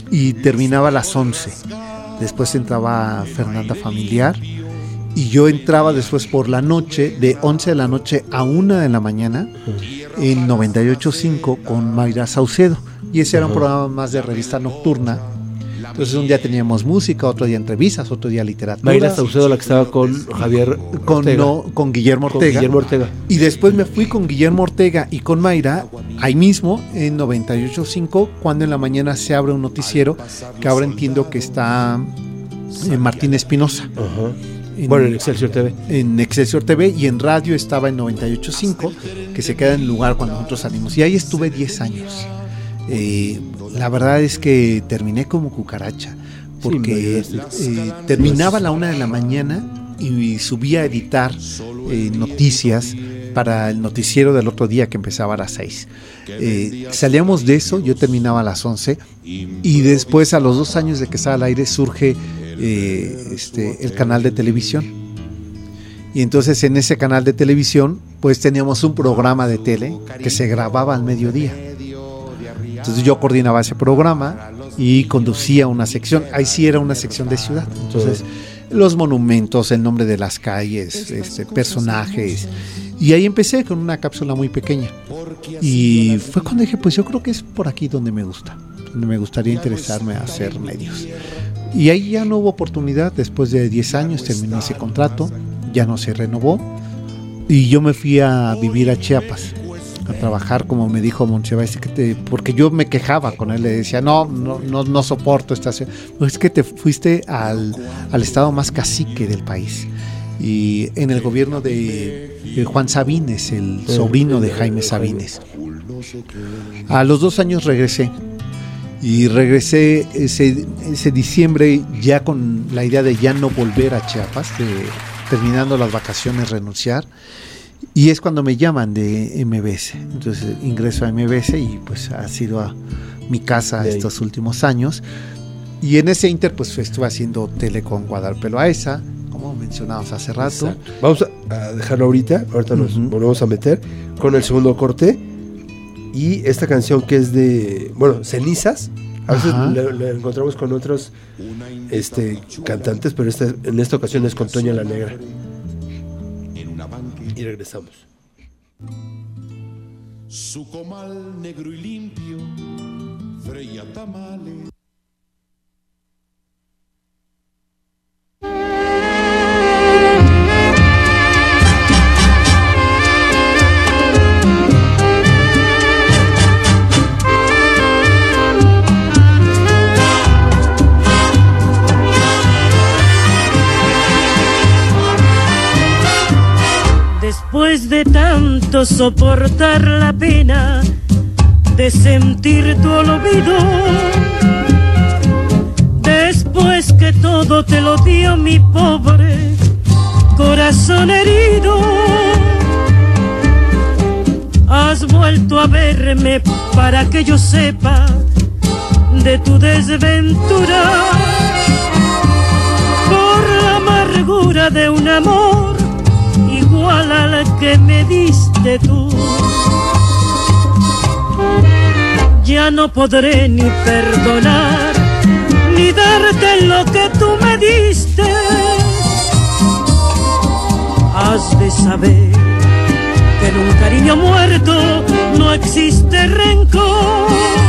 y terminaba a las once. Después entraba Fernanda Familiar y yo entraba después por la noche, de once de la noche a una de la mañana, en noventa y ocho punto cinco con Mayra Saucedo. Y ese era un programa más de revista nocturna. Entonces un día teníamos música, otro día entrevistas, otro día literatura. Mayra Saucedo, la que estaba con Javier con, Ortega. No, con Guillermo Ortega. Con Guillermo Ortega. Y después me fui con Guillermo Ortega y con Mayra, ahí mismo, en noventa y ocho punto cinco, cuando en la mañana se abre un noticiero, que ahora entiendo que está en Martín Espinosa. Ajá. En, bueno, en Excelsior T V. En Excelsior T V, y en radio estaba en noventa y ocho punto cinco, que se queda en el lugar cuando nosotros salimos. Y ahí estuve diez años. Eh, la verdad es que terminé como cucaracha, porque sí, eh, terminaba a la una de la mañana y, y subía a editar eh, noticias para el noticiero del otro día, que empezaba a las seis. Eh, salíamos de eso, yo terminaba a las once, y después, a los dos años de que estaba al aire, surge eh, este, el canal de televisión. Y entonces en ese canal de televisión pues teníamos un programa de tele que se grababa al mediodía. Entonces yo coordinaba ese programa y conducía una sección. Ahí sí era una sección de ciudad. Entonces los monumentos, el nombre de las calles, este, personajes. Y ahí empecé con una cápsula muy pequeña. Y fue cuando dije, pues yo creo que es por aquí donde me gusta, donde me gustaría interesarme a hacer medios. Y ahí ya no hubo oportunidad. Después de diez años terminó ese contrato, ya no se renovó. Y yo me fui a vivir a Chiapas, a trabajar, como me dijo Monsiváis, que te, porque yo me quejaba con él, le decía, no, no, no, no soporto esta ciudad. Pues es que te fuiste al, al estado más cacique del país. Y en el gobierno de, de Juan Sabines, el sobrino de Jaime Sabines. A los dos años regresé. Y regresé ese, ese diciembre ya con la idea de ya no volver a Chiapas, de, terminando las vacaciones, renunciar. Y es cuando me llaman de M B S. Entonces ingreso a M B S y pues ha sido a mi casa estos últimos años. Y en ese inter pues estuve haciendo tele con Guadalupe Loaesa, como mencionábamos hace rato. Exacto. Vamos a dejarlo ahorita, ahorita nos uh-huh. volvemos a meter con el segundo corte. Y esta canción que es de, bueno, Cenizas. A veces la, la encontramos con otros este, cantantes, pero esta, en esta ocasión es con Toña la Negra. Y regresamos. Su comal negro y limpio freía tamales. Después de tanto soportar la pena de sentir tu olvido, después que todo te lo dio mi pobre corazón herido, has vuelto a verme para que yo sepa de tu desventura, por la amargura de un amor igual al que me diste tú. Ya no podré ni perdonar, ni darte lo que tú me diste. Has de saber que en un cariño muerto no existe rencor.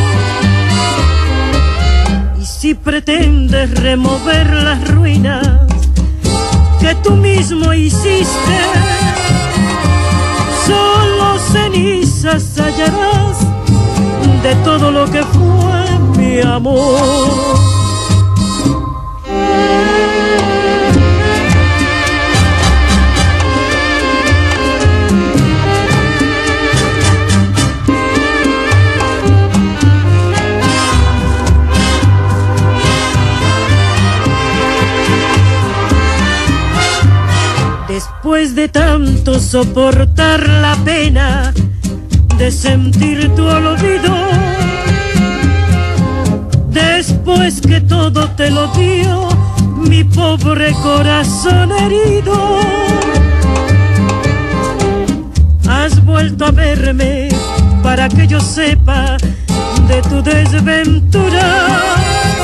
Y si pretendes remover las ruinas que tú mismo hiciste, solo cenizas hallarás de todo lo que fue mi amor. Después de tanto soportar la pena de sentir tu olvido, después que todo te lo dio mi pobre corazón herido, has vuelto a verme para que yo sepa de tu desventura,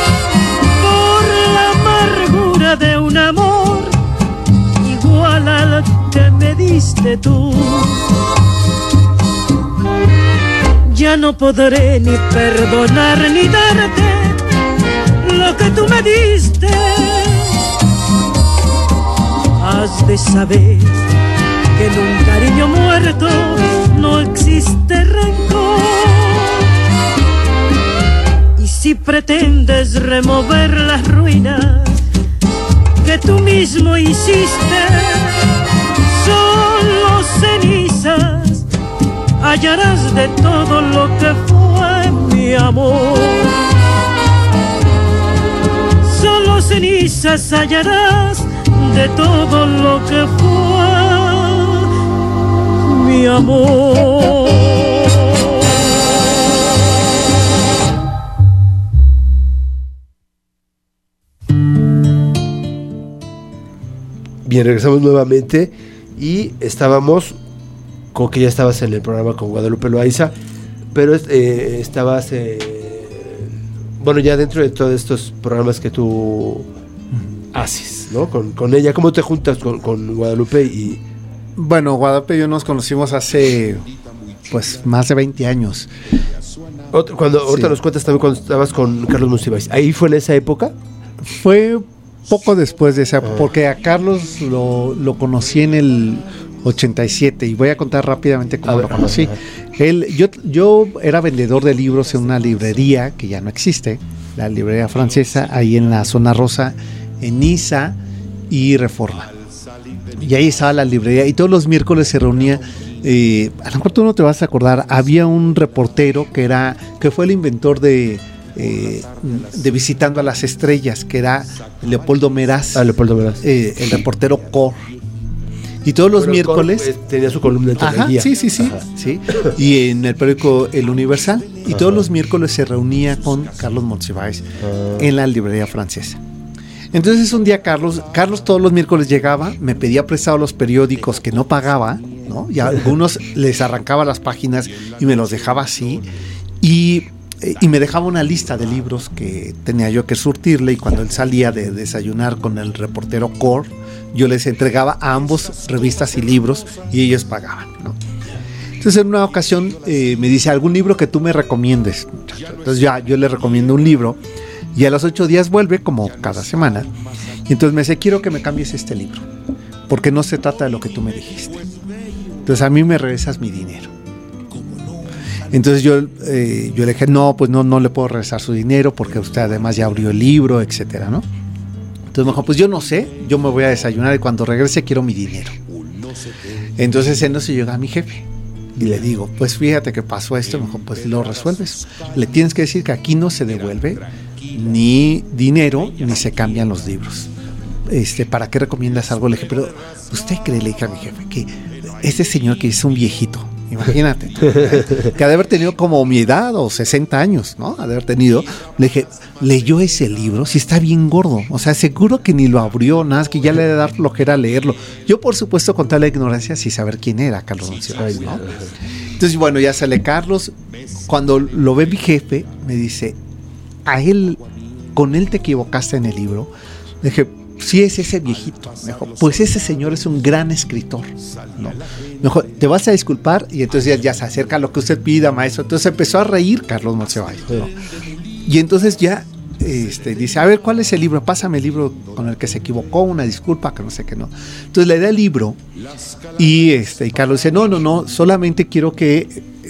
fuiste tú. Ya no podré ni perdonar ni darte lo que tú me diste. Has de saber que en un cariño muerto no existe rencor. Y si pretendes remover las ruinas que tú mismo hiciste, solo cenizas hallarás de todo lo que fue mi amor. Solo cenizas hallarás de todo lo que fue mi amor. Bien, regresamos nuevamente y estábamos con que ya estabas en el programa con Guadalupe Loaiza, pero eh, estabas, eh, bueno, ya dentro de todos estos programas que tú haces, ¿no? Con, con ella, ¿cómo te juntas con, con Guadalupe? Y bueno, Guadalupe y yo nos conocimos hace, pues, más de veinte años. Otro, cuando Sí. ahorita nos cuentas también cuando estabas con Carlos Monsiváis, ¿ahí fue en esa época? Fue poco después de esa época, porque a Carlos lo, lo conocí en el ochenta y siete y voy a contar rápidamente cómo A ver, lo conocí. ajá. Él, yo, yo era vendedor de libros en una librería que ya no existe, la librería francesa, ahí en la zona rosa, en Niza y Reforma. Y ahí estaba la librería y todos los miércoles se reunía. Eh, a lo mejor tú no te vas a acordar, había un reportero que era que fue el inventor de eh, de Visitando a las Estrellas, que era Leopoldo Meraz, Ah, Leopoldo Meraz. eh, el reportero Cor. Y todos los Bueno, miércoles Cor, eh, tenía su columna en Ajá, Teleguía. sí, sí, sí, Ajá. sí. Y en el periódico El Universal. Y Ajá. todos los miércoles se reunía con Carlos Monsiváis Ah. en la librería francesa. Entonces un día Carlos, Carlos todos los miércoles llegaba, me pedía prestado los periódicos que no pagaba, ¿no? Y a algunos les arrancaba las páginas y me los dejaba así. Y, y me dejaba una lista de libros que tenía yo que surtirle, y cuando él salía de desayunar con el reportero Cor, yo les entregaba a ambos revistas y libros y ellos pagaban, ¿no? Entonces en una ocasión eh, me dice, ¿algún libro que tú me recomiendes, muchacho? Entonces ya yo le recomiendo un libro y a los ocho días vuelve, como cada semana, y entonces me dice, quiero que me cambies este libro porque no se trata de lo que tú me dijiste. Entonces a mí me regresas mi dinero. Entonces yo, eh, yo le dije, no, pues no, no le puedo regresar su dinero porque usted además ya abrió el libro, etcétera, ¿no? Entonces me dijo, pues yo no sé, yo me voy a desayunar y cuando regrese quiero mi dinero. Entonces él no se llega a mi jefe y le digo, pues fíjate que pasó esto. Me dijo, pues lo resuelves. Le tienes que decir que aquí no se devuelve ni dinero ni se cambian los libros. Este, ¿para qué recomiendas algo? Le dije, pero ¿usted cree, le dije a mi jefe, que este señor que es un viejito, imagínate, ¿eh? que ha de haber tenido como mi edad o sesenta años, ¿no? Ha de haber tenido. Le dije, ¿leyó ese libro? Si está bien gordo. O sea, seguro que ni lo abrió, nada, es que ya le debe dar flojera leerlo. Yo, por supuesto, con tal la ignorancia, sin saber quién era Carlos Monsiváis, ¿no? Entonces, bueno, ya sale Carlos. Cuando lo ve mi jefe, me dice, a él, con él te equivocaste en el libro. Le dije, sí, es ese viejito. Me dijo, pues ese señor es un gran escritor, ¿no? Me dijo, te vas a disculpar. Y entonces ya, ya se acerca a lo que usted pida, maestro. Entonces empezó a reír Carlos Monsiváis, ¿no? Y entonces ya este, dice, a ver, ¿cuál es el libro? Pásame el libro con el que se equivocó, una disculpa, que no sé qué, no. Entonces le da el libro y, este, y Carlos dice, no, no, no, solamente quiero que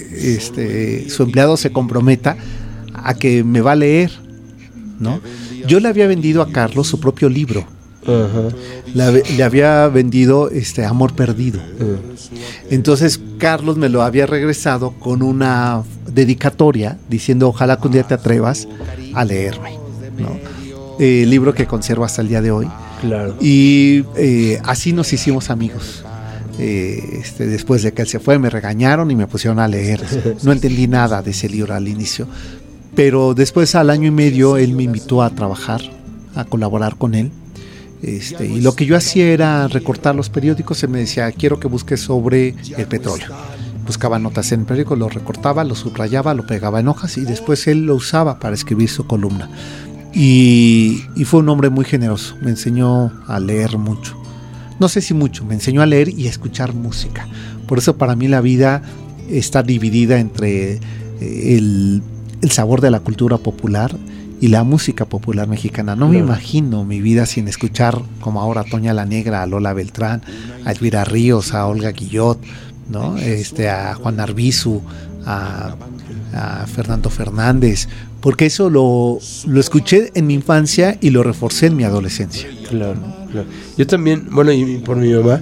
este, su empleado se comprometa a que me va a leer, ¿no? Yo le había vendido a Carlos su propio libro. Ajá. Le, le había vendido este Amor Perdido. Uh. Entonces Carlos me lo había regresado con una dedicatoria diciendo, ojalá que un día te atrevas a leerme, ¿no? Eh, libro que conservo hasta el día de hoy. Claro. Y eh, así nos hicimos amigos. Eh, este, después de que él se fue, me regañaron y me pusieron a leer. No entendí nada de ese libro al inicio, pero después, al año y medio, él me invitó a trabajar, a colaborar con él. Este, y lo que yo hacía era recortar los periódicos. Él me decía, quiero que busques sobre el petróleo. Buscaba notas en el periódico, lo recortaba, lo subrayaba, lo pegaba en hojas y después él lo usaba para escribir su columna. Y, y fue un hombre muy generoso, me enseñó a leer mucho. no sé si mucho, me enseñó a leer y a escuchar música. Por eso para mí la vida está dividida entre el, el sabor de la cultura popular y la música popular mexicana. No claro. me imagino mi vida sin escuchar, como ahora, a Toña la Negra, a Lola Beltrán, a Elvira Ríos, a Olga Guillot, ¿no? este, a Juan Arbizu, a, a Fernando Fernández, porque eso lo, lo escuché en mi infancia y lo reforcé en mi adolescencia. Claro, claro. Yo también, bueno, y por mi mamá,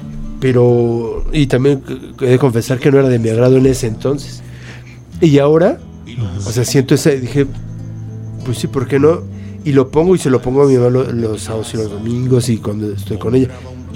pero, y también he de confesar que no era de mi agrado en ese entonces. Y ahora, uh-huh. o sea, siento ese, dije, pues sí, ¿por qué no? Y lo pongo y se lo pongo a mi mamá los, los sábados y los domingos y cuando estoy con ella.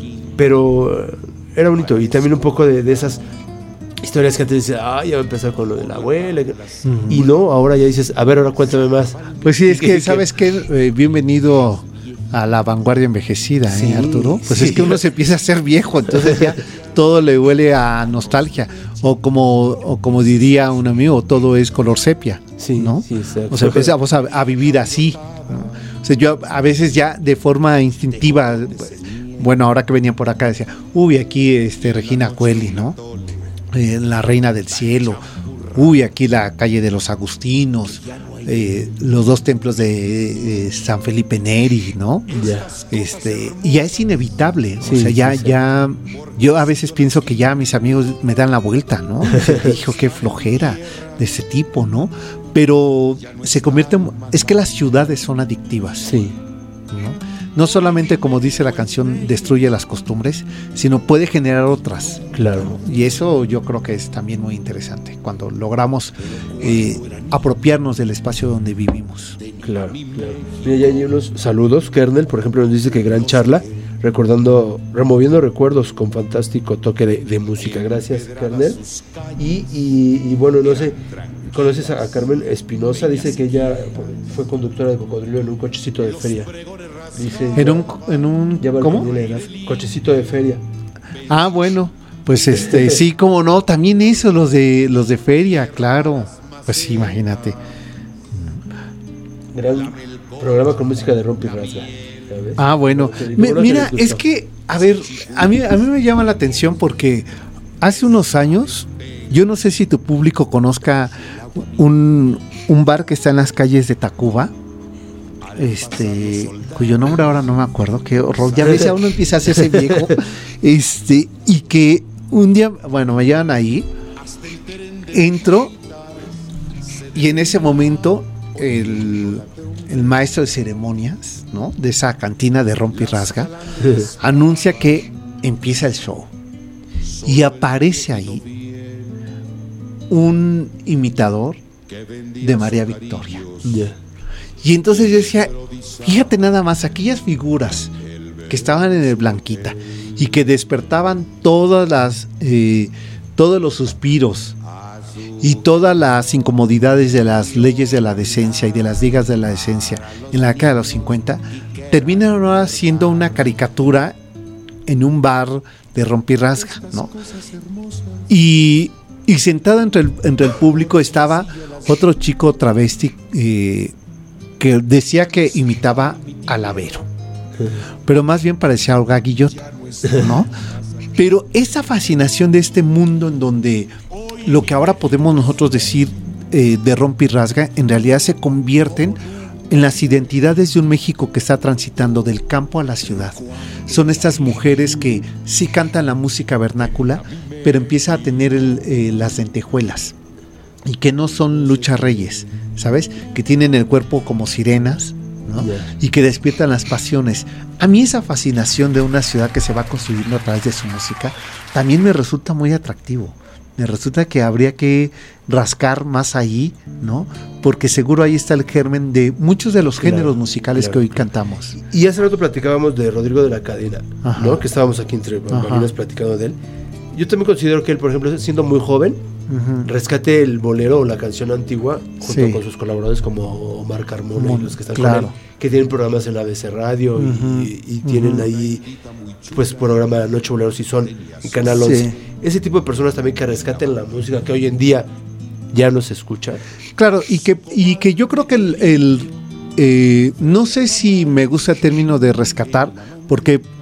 Pero era bonito, y también un poco de, de esas historias que antes dices, ah, ya va a empezar con lo de la abuela. Uh-huh. Y no, ahora ya dices, a ver, ahora cuéntame más. Pues sí, es que, ¿sabes qué? Eh, bienvenido a la vanguardia envejecida, sí, ¿eh, Arturo? Pues sí, es que uno se empieza a ser viejo, entonces ya todo le huele a nostalgia. O como, o como diría un amigo, todo es color sepia, sí, ¿no? Sí, o sea, empezamos a, a vivir así, ¿no? O sea, yo a veces ya de forma instintiva, bueno, ahora que venía por acá decía, uy, aquí este Regina Coeli, ¿no? Eh, la Reina del Cielo, uy, aquí la calle de los Agustinos, eh, los dos templos de eh, San Felipe Neri, ¿no? Yeah. Este, y ya es inevitable, sí, o sea, ya, sí, sí. ya, yo a veces pienso que ya mis amigos me dan la vuelta, ¿no? O sea, hijo, qué flojera de ese tipo, ¿no? Pero se convierte en, es que las ciudades son adictivas, sí, ¿no? No solamente, como dice la canción, destruye las costumbres, sino puede generar otras. Claro. Y eso yo creo que es también muy interesante, cuando logramos eh, apropiarnos del espacio donde vivimos. Claro, claro. Mira, ya hay unos saludos. Kernel, por ejemplo, nos dice que gran charla, recordando, removiendo recuerdos con fantástico toque de, de música. Gracias, Kernel. Y, y, y bueno, no sé, ¿conoces a, a Carmen Espinosa? Dice que ella fue conductora de Cocodrilo en un cochecito de feria. Dice, en un, en un ¿cómo? Cochecito de feria. Ah, bueno, pues este, sí, cómo no, también eso, los de los de feria, claro. Pues sí, imagínate. Gran programa con música de Rompi Rasga. ¿Sabes? Ah, bueno. Me, mira, es que, a ver, a mí, a mí me llama la atención porque hace unos años, yo no sé si tu público conozca un, un bar que está en las calles de Tacuba, este, cuyo nombre ahora no me acuerdo, qué horror, ya ves, uno empieza a hacerse viejo, este, y que un día, bueno, me llevan ahí, entro, y en ese momento, el, el maestro de ceremonias, ¿no?, de esa cantina de Rompi Rasga, anuncia que empieza el show, y aparece ahí un imitador de María Victoria. Yeah. Y entonces yo decía, fíjate nada más, aquellas figuras que estaban en el Blanquita y que despertaban todas las, eh, todos los suspiros y todas las incomodidades de las leyes de la decencia y de las ligas de la decencia en la década de los cincuenta, terminan ahora siendo una caricatura en un bar de Rompi Rasga, ¿no? Y, y sentado entre el, entre el público estaba otro chico travesti, eh, que decía que imitaba a Lavero, pero más bien parecía a Olga Guillot, ¿no? Pero esa fascinación de este mundo en donde lo que ahora podemos nosotros decir eh, de Rompi Rasga, en realidad se convierten en las identidades de un México que está transitando del campo a la ciudad. Son estas mujeres que sí cantan la música vernácula, pero empieza a tener el, eh, las lentejuelas, y que no son Lucha Reyes, ¿sabes? Que tienen el cuerpo como sirenas, ¿no? Yeah. Y que despiertan las pasiones. A mí esa fascinación de una ciudad que se va construyendo a través de su música también me resulta muy atractivo. Me resulta que habría que rascar más ahí, ¿no? Porque seguro ahí está el germen de muchos de los claro, géneros musicales claro. que hoy cantamos. Y hace rato platicábamos de Rodrigo de la Cadena, Ajá. ¿no? Que estábamos aquí entre bambalinas platicando de él. Yo también considero que él, por ejemplo, siendo muy joven, uh-huh. rescate el bolero o la canción antigua junto sí. con sus colaboradores como Omar Carmona Mon, y los que están claro. con él, que tienen programas en la A B C Radio uh-huh. y, y uh-huh. tienen ahí pues programa de Noche Boleros y Son en Canal once. Sí. Ese tipo de personas también que rescaten la música que hoy en día ya no se escucha. Claro, y que, y que yo creo que el, el eh, no sé si me gusta el término de rescatar, porque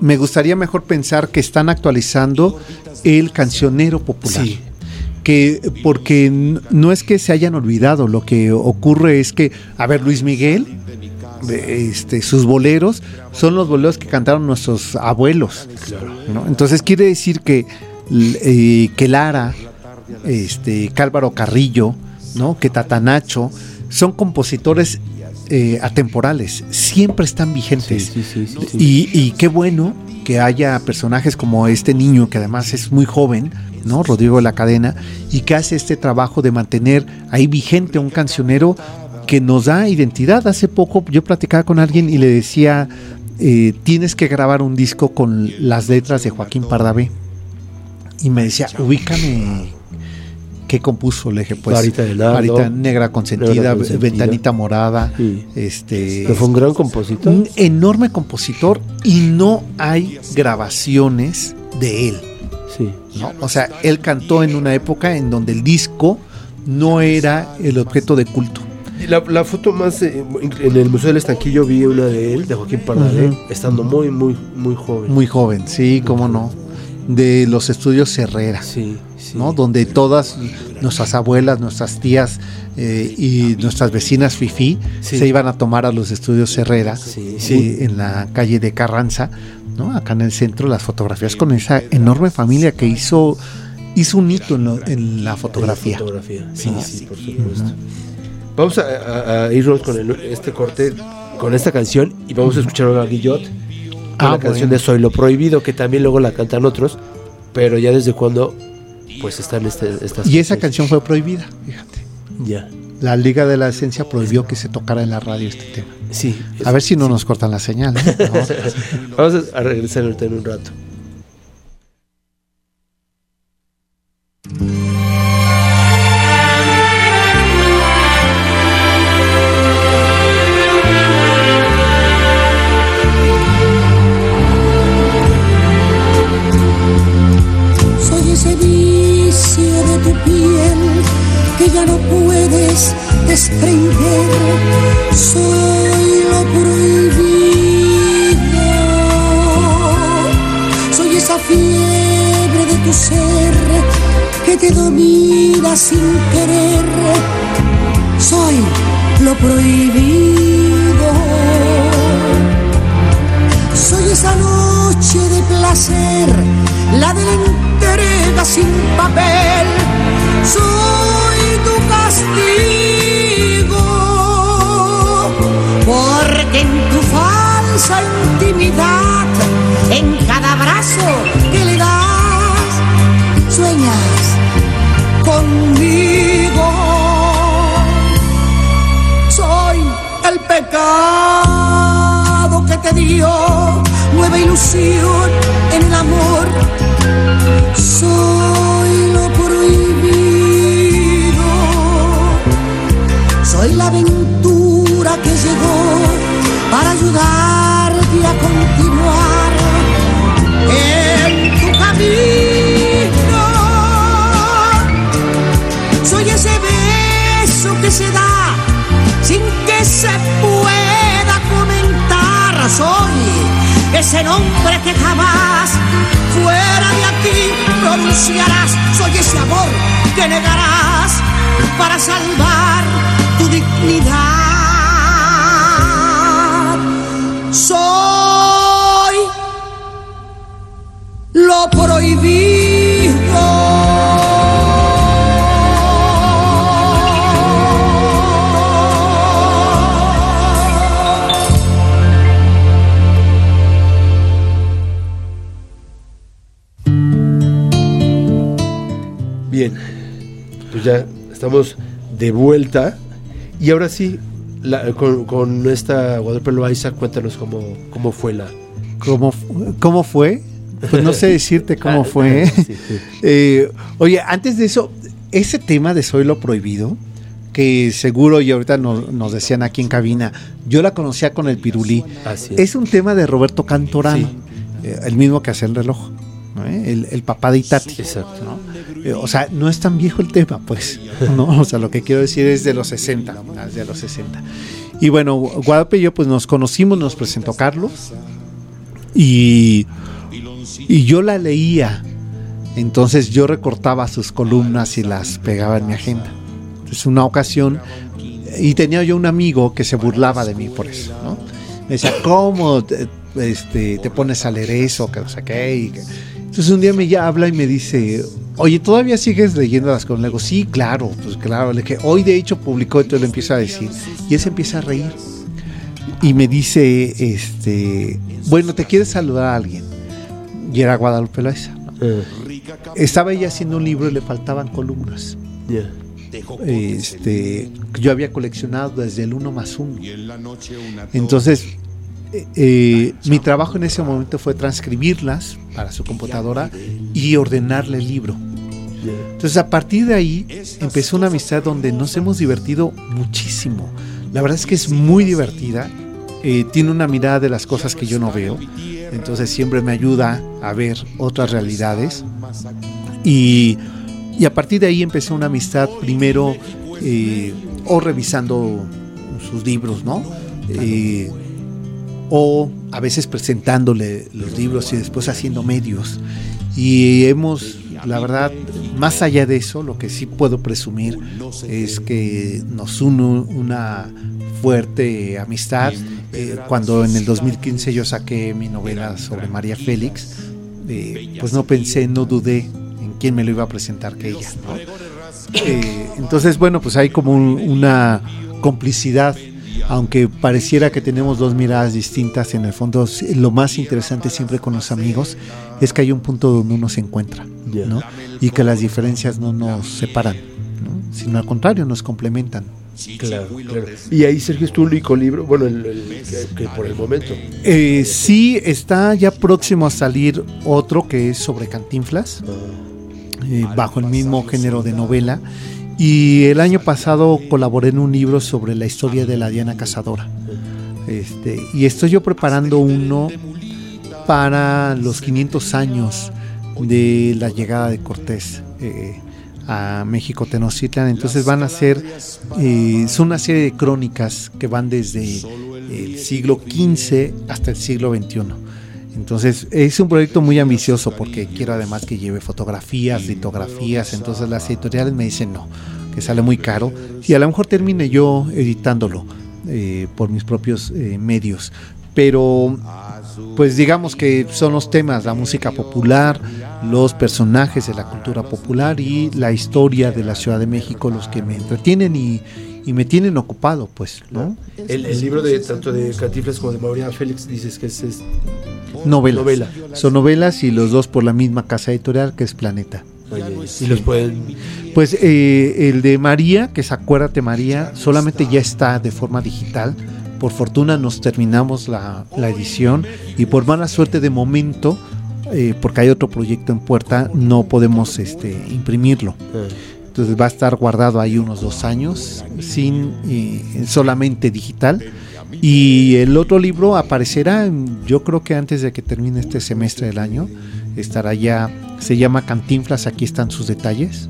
me gustaría mejor pensar que están actualizando el cancionero popular. Sí. Que porque n- no es que se hayan olvidado, lo que ocurre es que, a ver, Luis Miguel, este, sus boleros son los boleros que cantaron nuestros abuelos, ¿no? Entonces quiere decir que eh, que Lara, este, Cálvaro Carrillo, ¿no? Que Tatanacho son compositores eh, atemporales, siempre están vigentes. Sí, sí, sí, sí, sí. Y, y qué bueno que haya personajes como este niño que además es muy joven, ¿no? Rodrigo de la Cadena, y que hace este trabajo de mantener ahí vigente un cancionero que nos da identidad. Hace poco yo platicaba con alguien y le decía, eh, tienes que grabar un disco con las letras de Joaquín Pardavé, y me decía, ubícame qué compuso. Le dije, pues Varita de Nardo, Varita Negra Consentida, Negra Consentida. Ventanita Morada. Sí. Este Pero fue un gran compositor. un enorme compositor, y no hay grabaciones de él, Sí. ¿no? O sea, él cantó en una época en donde el disco no era el objeto de culto. Y La, la foto más eh, en el Museo del Estanquillo vi una de él, de Joaquín Pardavé, Ujú. estando muy, muy, muy joven. Muy joven, sí, cómo no. De los estudios Herrera, Sí, sí. ¿no? Donde todas nuestras abuelas, nuestras tías eh, y nuestras vecinas fifí Sí. se iban a tomar a los estudios Herrera, Sí, eh, sí. en la calle de Carranza, ¿no? Acá en el centro, las fotografías con esa enorme familia que hizo hizo un hito en, lo- en la fotografía. En la fotografía. Sí, sí, por supuesto. Vamos a, a- a irnos con el- este corte, con esta canción, y vamos a escuchar a Guillot con Ah, la canción bueno. de Soy lo Prohibido, que también luego la cantan otros, pero ya desde cuando pues están este, estas Y esa canciones. canción fue prohibida, fíjate. Ya. La Liga de la Esencia prohibió que se tocara en la radio este tema. Sí. A ver si no nos cortan la señal, ¿eh? ¿No? Vamos a, a regresar ahorita en un rato. Soy ese vicio de tu piel que ya no puedes desprender. Soy lo prohibido. Soy esa fiebre de tu ser que te domina sin querer. Soy lo prohibido. Soy esa noche de placer, la de la entrega sin papel. Soy tu castigo, porque en tu falsa intimidad, en cada abrazo que le das, sueñas conmigo. Soy el pecado que te dio nueva ilusión en el amor. Soy lo prohibido. Soy la aventura que llegó para ayudarte a continuar en tu camino. Soy ese beso que se da sin que se pueda comentar. Soy ese nombre que jamás fuera de aquí pronunciarás. Soy ese amor que negarás para salvar tu dignidad. Soy lo prohibido. Bien, pues ya estamos de vuelta. Y ahora sí, la- con, con esta Guadalupe Loaiza, cuéntanos cómo, cómo fue la... ¿Cómo, fu- ¿Cómo fue? Pues no sé decirte cómo fue. Sí, sí. Eh, oye, antes de eso, ese tema de Soy lo Prohibido, que seguro y ahorita nos, nos decían aquí en cabina, yo la conocía con el Pirulí. Así es. Es un tema de Roberto Cantorano, Sí. eh, el mismo que hace el reloj, ¿no? ¿Eh? el, el papá de Itati. Exacto. ¿no? Eh, o sea, no es tan viejo el tema, pues, ¿no? O sea, lo que quiero decir es de los sesenta, es de los sesenta. Y bueno, Guadalupe y yo pues nos conocimos, nos presentó Carlos, y, y yo la leía. Entonces yo recortaba sus columnas y las pegaba en mi agenda. Entonces una ocasión, y tenía yo un amigo que se burlaba de mí por eso, ¿no? Me decía, ¿cómo te, este, te pones a leer eso? Que no sé qué. Y que... Entonces un día me ya habla y me dice, oye, ¿todavía sigues leyendo las columnas? Le digo, sí, claro, pues claro. Le dije, hoy de hecho publicó, entonces le empieza a decir. Y él se empieza a reír. Y me dice, este, bueno, ¿te quieres saludar a alguien? Y era Guadalupe Loaiza, ¿no? Uh. Estaba ella haciendo un libro y le faltaban columnas. Yeah. Este, yo había coleccionado desde el uno más uno. Entonces, eh, mi trabajo en ese momento fue transcribirlas para su computadora y ordenarle el libro. Entonces, a partir de ahí empezó una amistad donde nos hemos divertido muchísimo. La verdad es que es muy divertida. Eh, tiene una mirada de las cosas que yo no veo. Entonces siempre me ayuda a ver otras realidades. Y, y a partir de ahí empezó una amistad, primero eh, o revisando sus libros, ¿no? Eh, o a veces presentándole los libros y después haciendo medios. Y hemos, la verdad, más allá de eso, lo que sí puedo presumir es que nos une una fuerte amistad. Eh, cuando en el dos mil quince yo saqué mi novela sobre María Félix, eh, pues no pensé, no dudé en quién me lo iba a presentar que ella, ¿no? Eh, entonces, bueno, pues hay como un, una complicidad, aunque pareciera que tenemos dos miradas distintas. En el fondo, lo más interesante siempre con los amigos es que hay un punto donde uno se encuentra, ¿no? Y que las diferencias no nos separan, ¿no? Sino al contrario, nos complementan. Claro, claro. Y ahí, Sergio, es tu único libro, bueno, el, el, que, que por el momento. Eh, sí, está ya próximo a salir otro que es sobre Cantinflas, eh, bajo el mismo género de novela. Y el año pasado colaboré en un libro sobre la historia de la Diana Cazadora. Este, y estoy yo preparando uno para los quinientos años de la llegada de Cortés eh, a México Tenochtitlan. Entonces van a ser, eh, son una serie de crónicas que van desde el siglo quince hasta el siglo veintiuno. Entonces es un proyecto muy ambicioso porque quiero además que lleve fotografías, litografías. Entonces las editoriales me dicen no, que sale muy caro, y a lo mejor termine yo editándolo eh, por mis propios eh, medios. Pero pues digamos que son los temas, la música popular, los personajes de la cultura popular y la historia de la Ciudad de México los que me entretienen y, y me tienen ocupado, pues, ¿no? El, el libro de tanto de Cantinflas como de María Félix dices que es, es novelas. novela. Son novelas y los dos por la misma casa editorial que es Planeta. Ay, ay, ay. Y los pueden. Pues eh, el de María, que es Acuérdate María, solamente ya está de forma digital. Por fortuna nos terminamos la, la edición y por mala suerte de momento, eh, porque hay otro proyecto en puerta, no podemos este, imprimirlo. Entonces va a estar guardado ahí unos dos años, sin eh, solamente digital. Y el otro libro aparecerá, yo creo que antes de que termine este semestre del año, estará ya, se llama Cantinflas, aquí están sus detalles.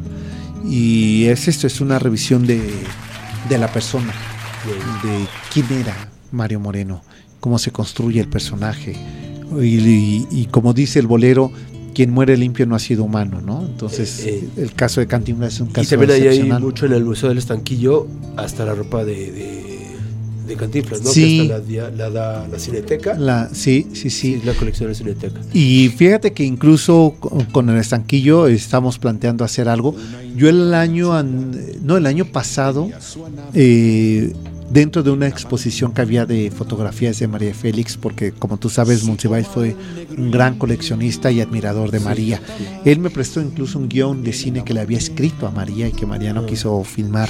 Y es esto, es una revisión de, de la persona, de quién era Mario Moreno, cómo se construye el personaje y, y, y como dice el bolero, quien muere limpio no ha sido humano, ¿no? Entonces eh, eh, el caso de Cantinflas es un caso y se ven ahí, ahí mucho en el Museo del Estanquillo hasta la ropa de, de, de Cantinflas, ¿no? Sí. Que hasta la, la, la, la Cineteca. La, sí, sí, sí. Sí, la colección de la Cineteca. Y fíjate que incluso con, con el Estanquillo estamos planteando hacer algo. Yo el año, no, el año pasado, eh, dentro de una exposición que había de fotografías de María Félix, porque como tú sabes, Monsiváis fue un gran coleccionista y admirador de María. Él me prestó incluso un guión de cine que le había escrito a María y que María no quiso filmar.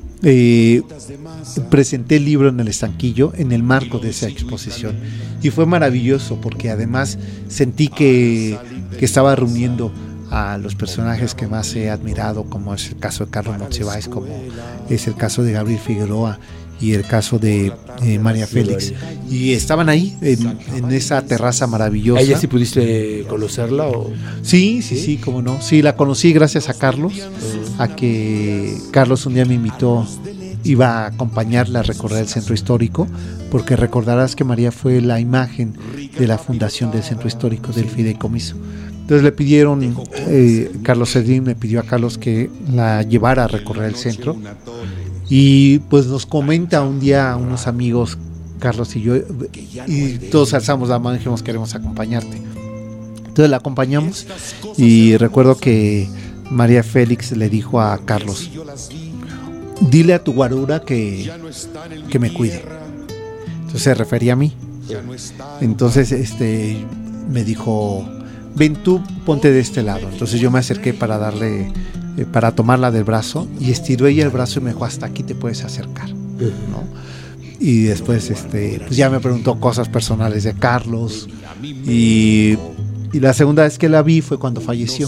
Eh, presenté el libro en el Estanquillo en el marco de esa exposición y fue maravilloso porque además sentí que, que estaba reuniendo a los personajes que más he admirado, como es el caso de Carlos Monsiváis, como es el caso de Gabriel Figueroa y el caso de eh, María Félix, y estaban ahí en, en esa terraza maravillosa. ¿A ella sí pudiste conocerla? O? Sí, sí, sí, sí, cómo no. Sí, la conocí gracias a Carlos, uh-huh. a que Carlos un día me invitó iba a acompañarla a recorrer el centro histórico, porque recordarás que María fue la imagen de la fundación del centro histórico, del fideicomiso. Entonces le pidieron, eh, Carlos Cedrín le pidió a Carlos que la llevara a recorrer el centro, y pues nos comenta un día unos amigos, Carlos y yo, y todos alzamos la mano y dijimos queremos acompañarte. Entonces la acompañamos, y recuerdo que María Félix le dijo a Carlos: dile a tu guarura que, que me cuide. Entonces se refería a mí. Entonces este me dijo: ven tú, ponte de este lado. Entonces yo me acerqué para darle, eh, para tomarla del brazo, y estiró ella el brazo y me dijo: hasta aquí te puedes acercar, ¿no? Y después este pues ya me preguntó cosas personales de Carlos, y, y la segunda vez que la vi fue cuando falleció.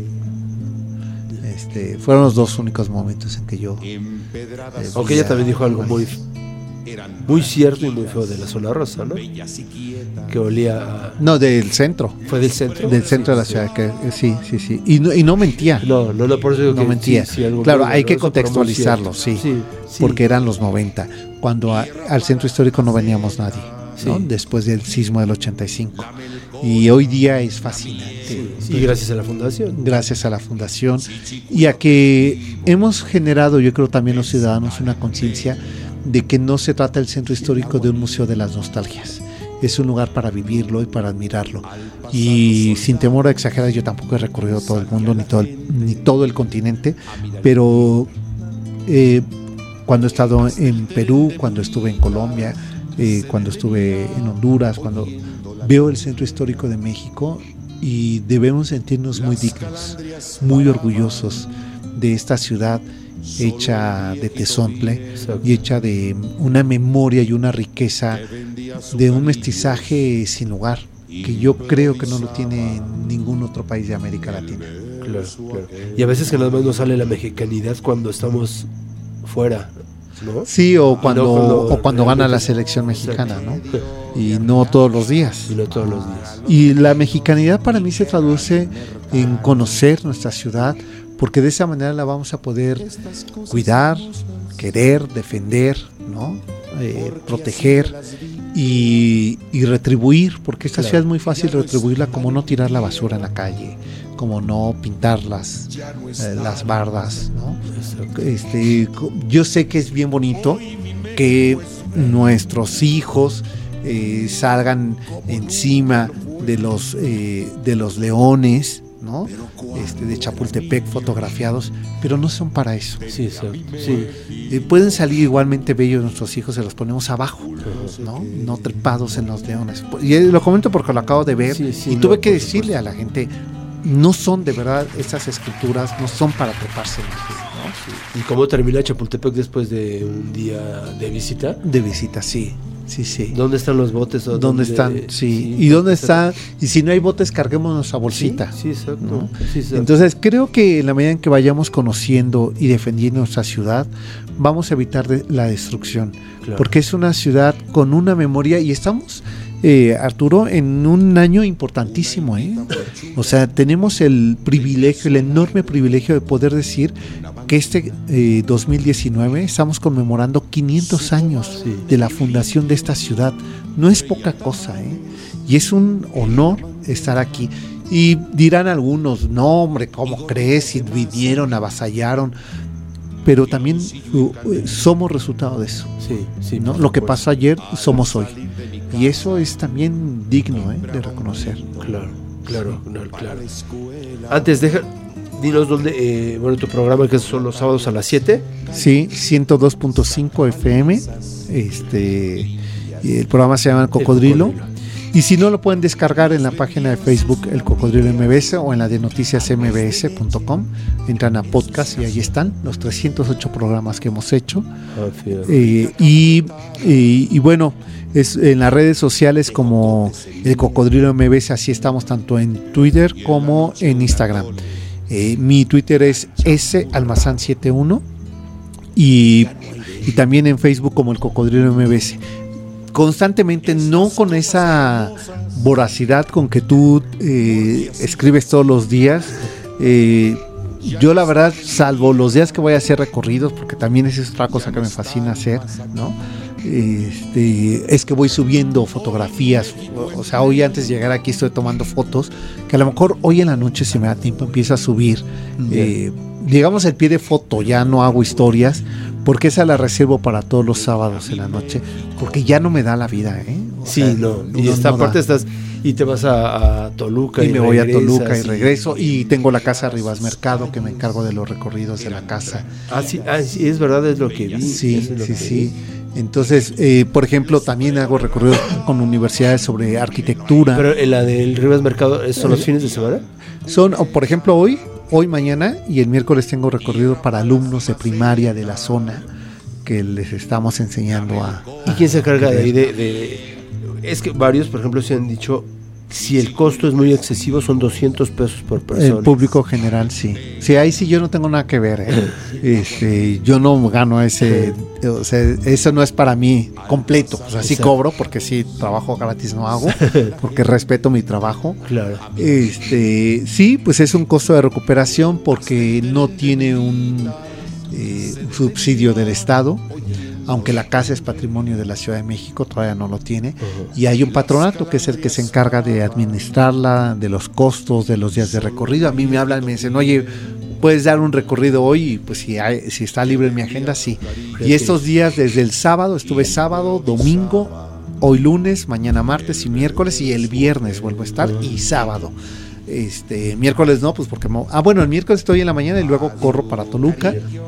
Este, fueron los dos únicos momentos en que yo eh, aunque ella también dijo algo muy muy cierto y muy feo de la zona rosa, ¿no? Que olía a... No, del centro. ¿Fue del centro? Del centro de la ciudad, que sí, sí, sí. Y no, y no mentía. No, no, no, por eso digo no que mentía. Sí, sí, algo claro, hay doloroso, que contextualizarlo, sí, sí, sí. Porque eran los noventa, cuando a, al centro histórico no veníamos nadie, ¿no? Sí. Después del sismo del ochenta y cinco. Y hoy día es fascinante. Sí, sí, y gracias a la fundación. Gracias a la fundación. Y a que hemos generado, yo creo también los ciudadanos, una conciencia de que no se trata el centro histórico de un museo de las nostalgias. Es un lugar para vivirlo y para admirarlo. Y sin temor a exagerar, yo tampoco he recorrido todo el mundo, ni todo el, ni todo el continente, pero eh, cuando he estado en Perú, cuando estuve en Colombia, eh, cuando estuve en Honduras, cuando veo el centro histórico de México, y debemos sentirnos muy dignos, muy orgullosos de esta ciudad hecha de tezontle y hecha de una memoria y una riqueza de un mestizaje sin lugar, que yo creo que no lo tiene ningún otro país de América Latina. Claro, claro. Y a veces que nada más nos sale la mexicanidad cuando estamos fuera, ¿no? Sí, o cuando, no cuando, o cuando gana la selección mexicana, ¿no? Y no todos los días. Y no todos los días. Y la mexicanidad para mí se traduce en conocer nuestra ciudad, porque de esa manera la vamos a poder cuidar, querer, defender, ¿no? Eh, proteger y, y retribuir, porque esta claro. ciudad es muy fácil retribuirla, como no tirar la basura en la calle, como no pintar las, eh, las bardas, ¿no? Este, yo sé que es bien bonito que nuestros hijos eh, salgan encima de los, eh, de los leones, ¿no? Este, de Chapultepec fotografiados, pero no son para eso. Sí, sí, sí. Eh, pueden salir igualmente bellos nuestros hijos, se los ponemos abajo, ¿no? No trepados en los leones. Y lo comento porque lo acabo de ver, sí, sí, y tuve no, que decirle supuesto. a la gente, no son de verdad, estas esculturas no son para treparse en los, ¿no? ¿Y cómo termina Chapultepec después de un día de visita? De visita, sí. Sí, sí. ¿Dónde están los botes? ¿Dónde, ¿Dónde están? Sí. sí. ¿Y dónde está? Y si no hay botes, carguemos nuestra bolsita. Sí, sí, exacto. ¿no? sí, exacto. Entonces, creo que en la medida en que vayamos conociendo y defendiendo nuestra ciudad, vamos a evitar de la destrucción. Claro. Porque es una ciudad con una memoria, y estamos, eh, Arturo, en un año importantísimo, ¿eh? O sea, tenemos el privilegio, el enorme privilegio de poder decir que este eh, dos mil diecinueve estamos conmemorando quinientos años sí. de la fundación de esta ciudad. No es poca cosa, ¿eh? Y es un honor estar aquí. Y dirán algunos, no hombre, ¿cómo crees? Si vinieron, avasallaron. Pero también uh, somos resultado de eso. Sí, sí, ¿no? Lo que pasó ayer, somos hoy. Y eso es también digno, ¿eh? de reconocer. Claro, claro, no, claro. Antes, deja... Dinos dónde, eh, bueno, tu programa que son los sábados a las siete. Sí, ciento dos punto cinco F M. Este, el programa se llama El Cocodrilo. El Cocodrilo. Y si no, lo pueden descargar en la página de Facebook El Cocodrilo M B S o en la de noticias m b s punto com. Entran a podcast y ahí están los trescientos ocho programas que hemos hecho. Oh, eh, y, y, y bueno, es en las redes sociales como El Cocodrilo M B S, así estamos tanto en Twitter como en Instagram. Eh, mi Twitter es S Almazán setenta y uno y, y también en Facebook como El Cocodrilo M B S. Constantemente, no con esa voracidad con que tú eh, escribes todos los días, eh, yo la verdad, salvo los días que voy a hacer recorridos, porque también esa es otra cosa que me fascina hacer, ¿no? Este, es que voy subiendo fotografías, o, o sea, hoy antes de llegar aquí estoy tomando fotos, que a lo mejor hoy en la noche, si me da tiempo, empiezo a subir, eh, digamos el pie de foto, ya no hago historias, porque esa la reservo para todos los sábados en la noche, porque ya no me da la vida, ¿eh? O sí, sea, no, y no, esta no parte da. estás y te vas a, a Toluca y, y me voy a Toluca y sí. regreso, y tengo la casa Rivas Mercado que me encargo de los recorridos de la casa. Ah, sí, ah, sí, es verdad, es lo que vi. Sí, es lo sí, que sí. vi. Entonces, eh, por ejemplo, también hago recorridos con universidades sobre arquitectura. Pero en la del Rivas Mercado, ¿son los fines de semana? Son, por ejemplo, hoy, hoy, mañana y el miércoles tengo recorrido para alumnos de primaria de la zona que les estamos enseñando a... ¿Y quién se encarga a de ahí? De, de, es que varios, por ejemplo, se han dicho, si el costo es muy excesivo, son doscientos pesos por persona. El público general, sí. Sí, ahí sí yo no tengo nada que ver. ¿eh? Este, yo no gano ese... O sea, eso no es para mí completo. O sea, sí Exacto. cobro, porque sí, trabajo gratis no hago, porque respeto mi trabajo. Claro. Este, sí, pues es un costo de recuperación porque no tiene un eh, subsidio del Estado, aunque la casa es patrimonio de la Ciudad de México, todavía no lo tiene, uh-huh. y hay un patronato que es el que se encarga de administrarla, de los costos, de los días de recorrido. A mí me hablan, me dicen, oye, ¿puedes dar un recorrido hoy? Y pues si, hay, si está libre en mi agenda, sí. Y estos días, desde el sábado, estuve sábado, domingo, hoy lunes, mañana martes y miércoles, y el viernes vuelvo a estar, y sábado. Este, miércoles no, pues porque... Ah, bueno, el miércoles estoy en la mañana y luego corro para Toluca.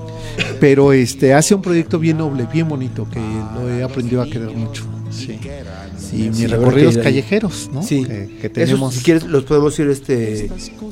Pero este hace un proyecto bien noble, bien bonito, que lo he aprendido a querer mucho. Sí. Sí, y mis sí, recorridos que, callejeros, ¿no? Sí. Que, que tenemos. Eso, si quieres, los podemos ir, este,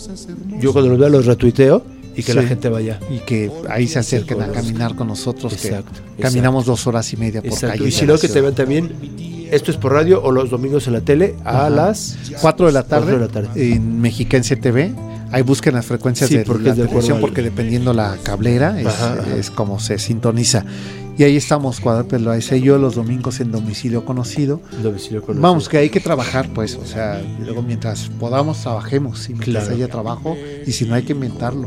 yo cuando los vea los retuiteo y que sí. la gente vaya. Y que ahí se acerquen a caminar con nosotros. Exacto. Que caminamos exacto. dos horas y media por exacto. calle. Y si no, que te vean también. Esto es por radio o los domingos en la tele a Ajá. las cuatro de la tarde, cuatro de la tarde. En Mexiquense T V. Ahí busquen las frecuencias sí, de porque la de televisión, porque dependiendo la cablera es, ajá, ajá. es como se sintoniza. Y ahí estamos, Guadalupe Loaiza y yo, los domingos en Domicilio Conocido. Domicilio Conocido. Vamos, que hay que trabajar, pues, o sea, luego mientras podamos, trabajemos, y mientras claro. haya trabajo, y si no hay que inventarlo.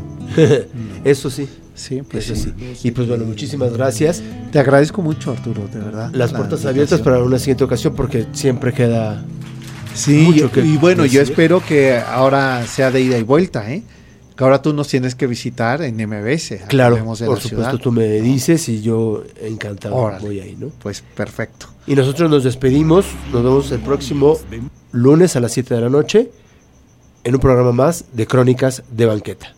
Eso sí. Sí, pues Eso sí. sí. Y pues bueno, muchísimas gracias. Te agradezco mucho, Arturo, de verdad. Las puertas abiertas para una siguiente ocasión, porque siempre queda... Sí, mucho que y bueno, decir. Yo espero que ahora sea de ida y vuelta, ¿eh? Que ahora tú nos tienes que visitar en M B S. Claro, por supuesto, ciudad. Tú me dices y yo encantado Órale. Voy ahí, ¿no? Pues perfecto. Y nosotros nos despedimos, nos vemos el próximo lunes a las siete de la noche en un programa más de Crónicas de Banqueta.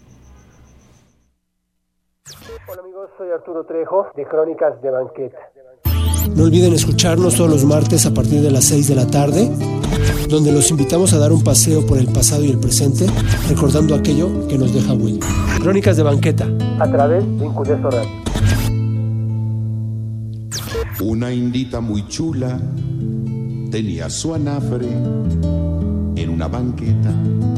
Hola amigos, soy Arturo Trejo de Crónicas de Banqueta. No olviden escucharnos todos los martes a partir de las seis de la tarde, donde los invitamos a dar un paseo por el pasado y el presente, recordando aquello que nos deja huella. Crónicas de Banqueta. A través de Incudeso Radio. Una indita muy chula tenía su anafre en una banqueta.